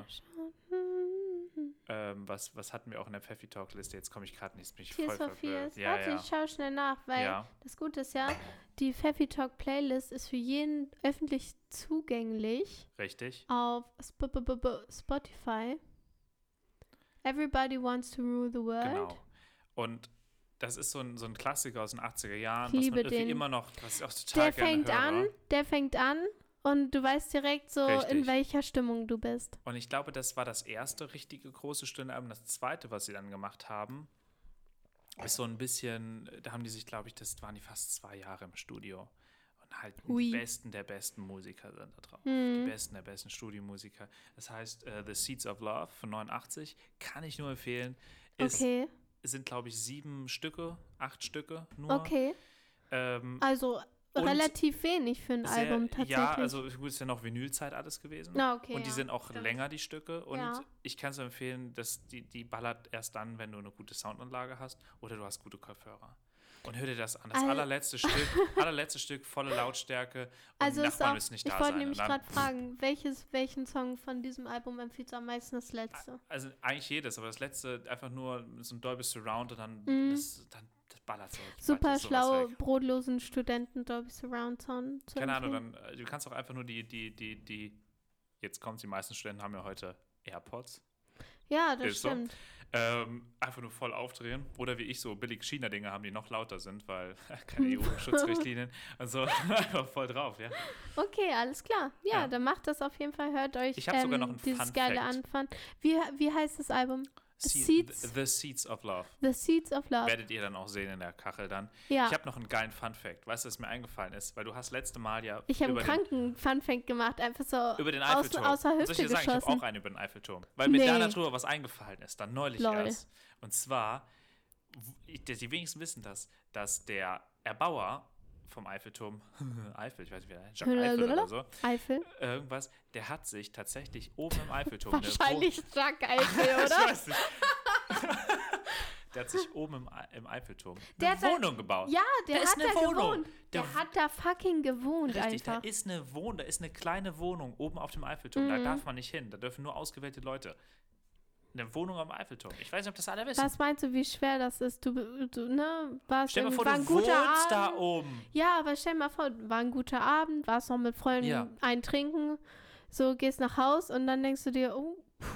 ähm, was, was hatten wir auch in der Pfeffi Talk Liste, jetzt komme ich gerade nicht, bin ich Tears voll for verwirrt. Fears. Ja, Warte, ja. ich schaue schnell nach, weil ja, das Gute ist ja, die Pfeffi Talk Playlist ist für jeden öffentlich zugänglich richtig. auf Sp -b -b -b Spotify. Everybody Wants to Rule the World. Genau. Und das ist so ein, so ein Klassiker aus den achtziger Jahren, Ich was liebe man irgendwie den. immer noch, was ich auch total Der gerne fängt höre. an, der fängt an und du weißt direkt so, in Richtig. welcher Stimmung du bist. Und ich glaube, das war das erste richtige große Stundenalbum. Das zweite, was sie dann gemacht haben, ist so ein bisschen, da haben die sich, glaube ich, das waren die fast zwei Jahre im Studio. Und halt Ui. die besten der besten Musiker sind da drauf. Hm. Die besten der besten Studiomusiker. Das heißt, uh, The Seeds of Love von neunundachtzig kann ich nur empfehlen. Ist, Okay, Es sind, glaube ich, sieben Stücke, acht Stücke nur. okay. Ähm, Also Und relativ wenig für ein sehr- Album tatsächlich. Ja, also gut, ist ja noch Vinylzeit alles gewesen. Na, okay, Und die ja, sind auch stimmt. länger, die Stücke. Und Ja. ich kann es empfehlen, dass die, die ballert erst dann, wenn du eine gute Soundanlage hast oder du hast gute Kopfhörer. Und hör dir das an. Das Al- allerletzte Stück, allerletzte Stück, volle Lautstärke. Und Also die ist Nachbarn auch, müssen nicht ich da wollte sein. nämlich Und dann- gerade fragen, welches, welchen Song von diesem Album empfiehlst du am meisten das letzte? Also eigentlich jedes, aber das letzte einfach nur so ein Dolby Surround und dann, Mhm. das, dann das ballert so. Super ballert sowas schlau, weg. brotlosen Studenten Dolby Surround Sound. zu Keine Ahnung, empfehlen. dann, äh, du kannst auch einfach nur die, die, die, die, jetzt kommt die meisten Studenten haben ja heute AirPods. Ja, das ist so. stimmt. Ähm, einfach nur voll aufdrehen. Oder wie ich so billig China-Dinger haben, die noch lauter sind, weil keine E U-Schutzrichtlinien. Also einfach voll drauf, ja. Okay, alles klar. Ja, Ja. dann macht das auf jeden Fall. Hört euch Ich hab ähm, sogar noch einen dieses Fun geile Fact. Anfang. Wie, wie heißt das Album? Se- Seeds? The, the Seeds of Love. The Seeds of Love. Werdet ihr dann auch sehen in der Kachel dann. Ja, Ich habe noch einen geilen Fun-Fact. Weißt du, was mir eingefallen ist? Weil du hast letzte Mal ja ich habe über, einen den, kranken Funfact gemacht, einfach so über den aus, Eiffelturm. außer Und Hüfte soll ich dir sagen, ich habe geschossen. auch einen über den Eiffelturm. Weil mir Nee. da darüber was eingefallen ist, dann neulich Lol. erst. Und zwar, w- die die wenigsten wissen das, dass der Erbauer vom Eiffelturm, Eiffel, ich weiß nicht, wie der heißt, Jacques Eiffel oder so, Eifel. irgendwas, der hat sich tatsächlich oben im Eiffelturm eine Wahrscheinlich Jacques Eiffel, Wo- ich oder? weiß nicht. der hat sich oben im, E- im Eiffelturm Der eine hat da- Wohnung gebaut. Ja, der Da ist hat eine da Wohnung. gewohnt. Der, Der- hat da fucking gewohnt Richtig, einfach. da ist eine Wohnung, da ist eine kleine Wohnung oben auf dem Eiffelturm. Mhm. Da darf man nicht hin. Da dürfen nur ausgewählte Leute. Eine Wohnung am Eiffelturm. Ich weiß nicht, ob das alle wissen. Was meinst du, wie schwer das ist? Du, du ne, warst Stell dir mal irgendwie- vor, war du ein guter wohnst da Abend. oben. Ja, aber stell dir mal vor, war ein guter Abend, warst noch mit Freunden Ja. eintrinken, so gehst nach Haus und dann denkst du dir, oh, puh,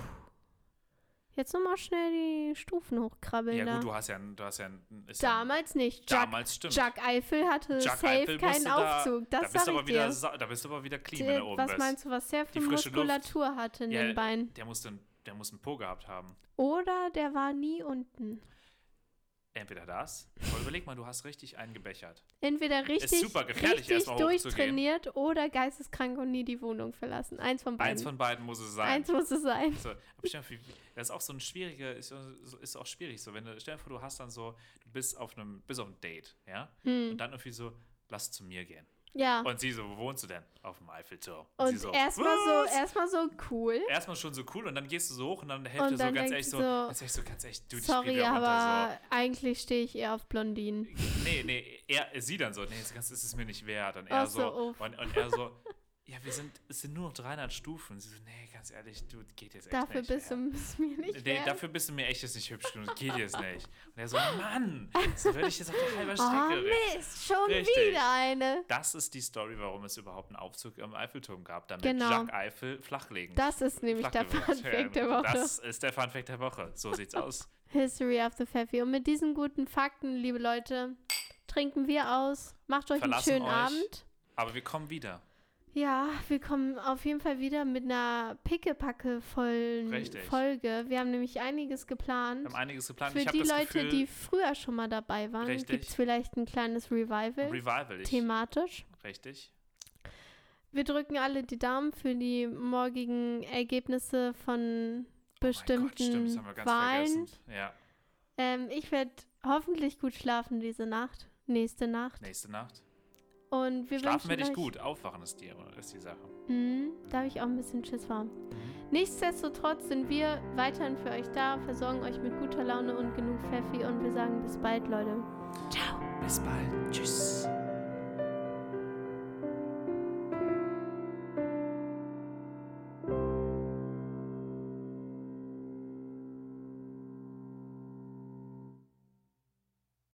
jetzt nochmal schnell die Stufen hochkrabbeln. Ja da. gut, du hast ja, ein- du hast ja, ein- ist ja ein- Damals nicht. Jack, damals stimmt. Jack Eiffel hatte Jack safe Eiffel keinen musste da- Aufzug. Das da bist sag du aber ich wieder, dir. sa- da bist du aber wieder clean, Die- wenn du oben Was bist. meinst du, was der für Die frische Luft. Muskulatur hatte in Ja, den Beinen? Der musste, der muss einen Po gehabt haben. Oder der war nie unten. Entweder das, oder überleg mal, du hast richtig einen gebechert. Entweder richtig, super gefährlich, richtig erst mal hochzugehen. durchtrainiert oder geisteskrank und nie die Wohnung verlassen. Eins von beiden. Eins von beiden muss es sein. Eins muss es sein. So, aber stell dir vor, wie- das ist auch so ein schwieriger, ist, ist auch schwierig so, wenn du, stell dir vor, du hast dann so, du bist auf einem, bist auf einem Date, ja, Hm. und dann irgendwie so, lass zu mir gehen. Ja. Und sie so, wo wohnst du denn? Auf dem Eiffelturm. Und sie so, erstmal "Was?" so, erstmal so cool. Erstmal schon so cool und dann gehst du so hoch und dann hilft Und dir so dann ganz denkst ehrlich du so, so, ganz ehrlich so, ganz echt, du, ich geh Sorry, wieder runter, aber eigentlich stehe ich eher auf Blondinen. so. Nee, nee, er, sie dann so, nee, das ist es mir nicht wert. Und er Ach so, so, uff. und, und er so, ja, wir sind, es sind nur noch dreihundert Stufen. Sie so, nee, ganz ehrlich, du, geht jetzt echt Dafür nicht. bist ja. du es mir nicht Nee, wert. dafür bist du mir echt jetzt nicht hübsch genug. Geht jetzt nicht. Und er so, Mann, so würde ich jetzt auf die halbe Oh Strecke rennen. Mist, schon Richtig. wieder eine. Das ist die Story, warum es überhaupt einen Aufzug am Eiffelturm gab, damit Genau. Jacques Eiffel flachlegen. Das ist nämlich der flach Fun geworden. Fact der Woche. Das ist der Fun Fact der Woche. So sieht's aus. History of the Pfeffi. Und mit diesen guten Fakten, liebe Leute, trinken wir aus. Macht euch Verlassen einen schönen euch. Abend. Aber wir kommen wieder. Ja, wir kommen auf jeden Fall wieder mit einer pickepacke vollen Richtig. Folge. Wir haben nämlich einiges geplant. Wir haben einiges geplant. Für ich hab die das Leute, Gefühl, die früher schon mal dabei waren, Richtig. gibt es vielleicht ein kleines Revival, Revival. Ich, thematisch. richtig. Wir drücken alle die Daumen für die morgigen Ergebnisse von Oh mein Gott, stimmt, bestimmten das haben wir ganz Wahlen. vergessen. Ja, Ähm, ich werde hoffentlich gut schlafen diese Nacht, nächste Nacht. nächste Nacht. Und wir Schlafen wünschen werde ich euch, gut. Aufwachen ist die, ist die Sache. Mhm, da habe ich auch ein bisschen Schiss vor. Nichtsdestotrotz sind wir weiterhin für euch da, versorgen euch mit guter Laune und genug Pfeffi und wir sagen bis bald, Leute. Ciao. Bis bald. Tschüss.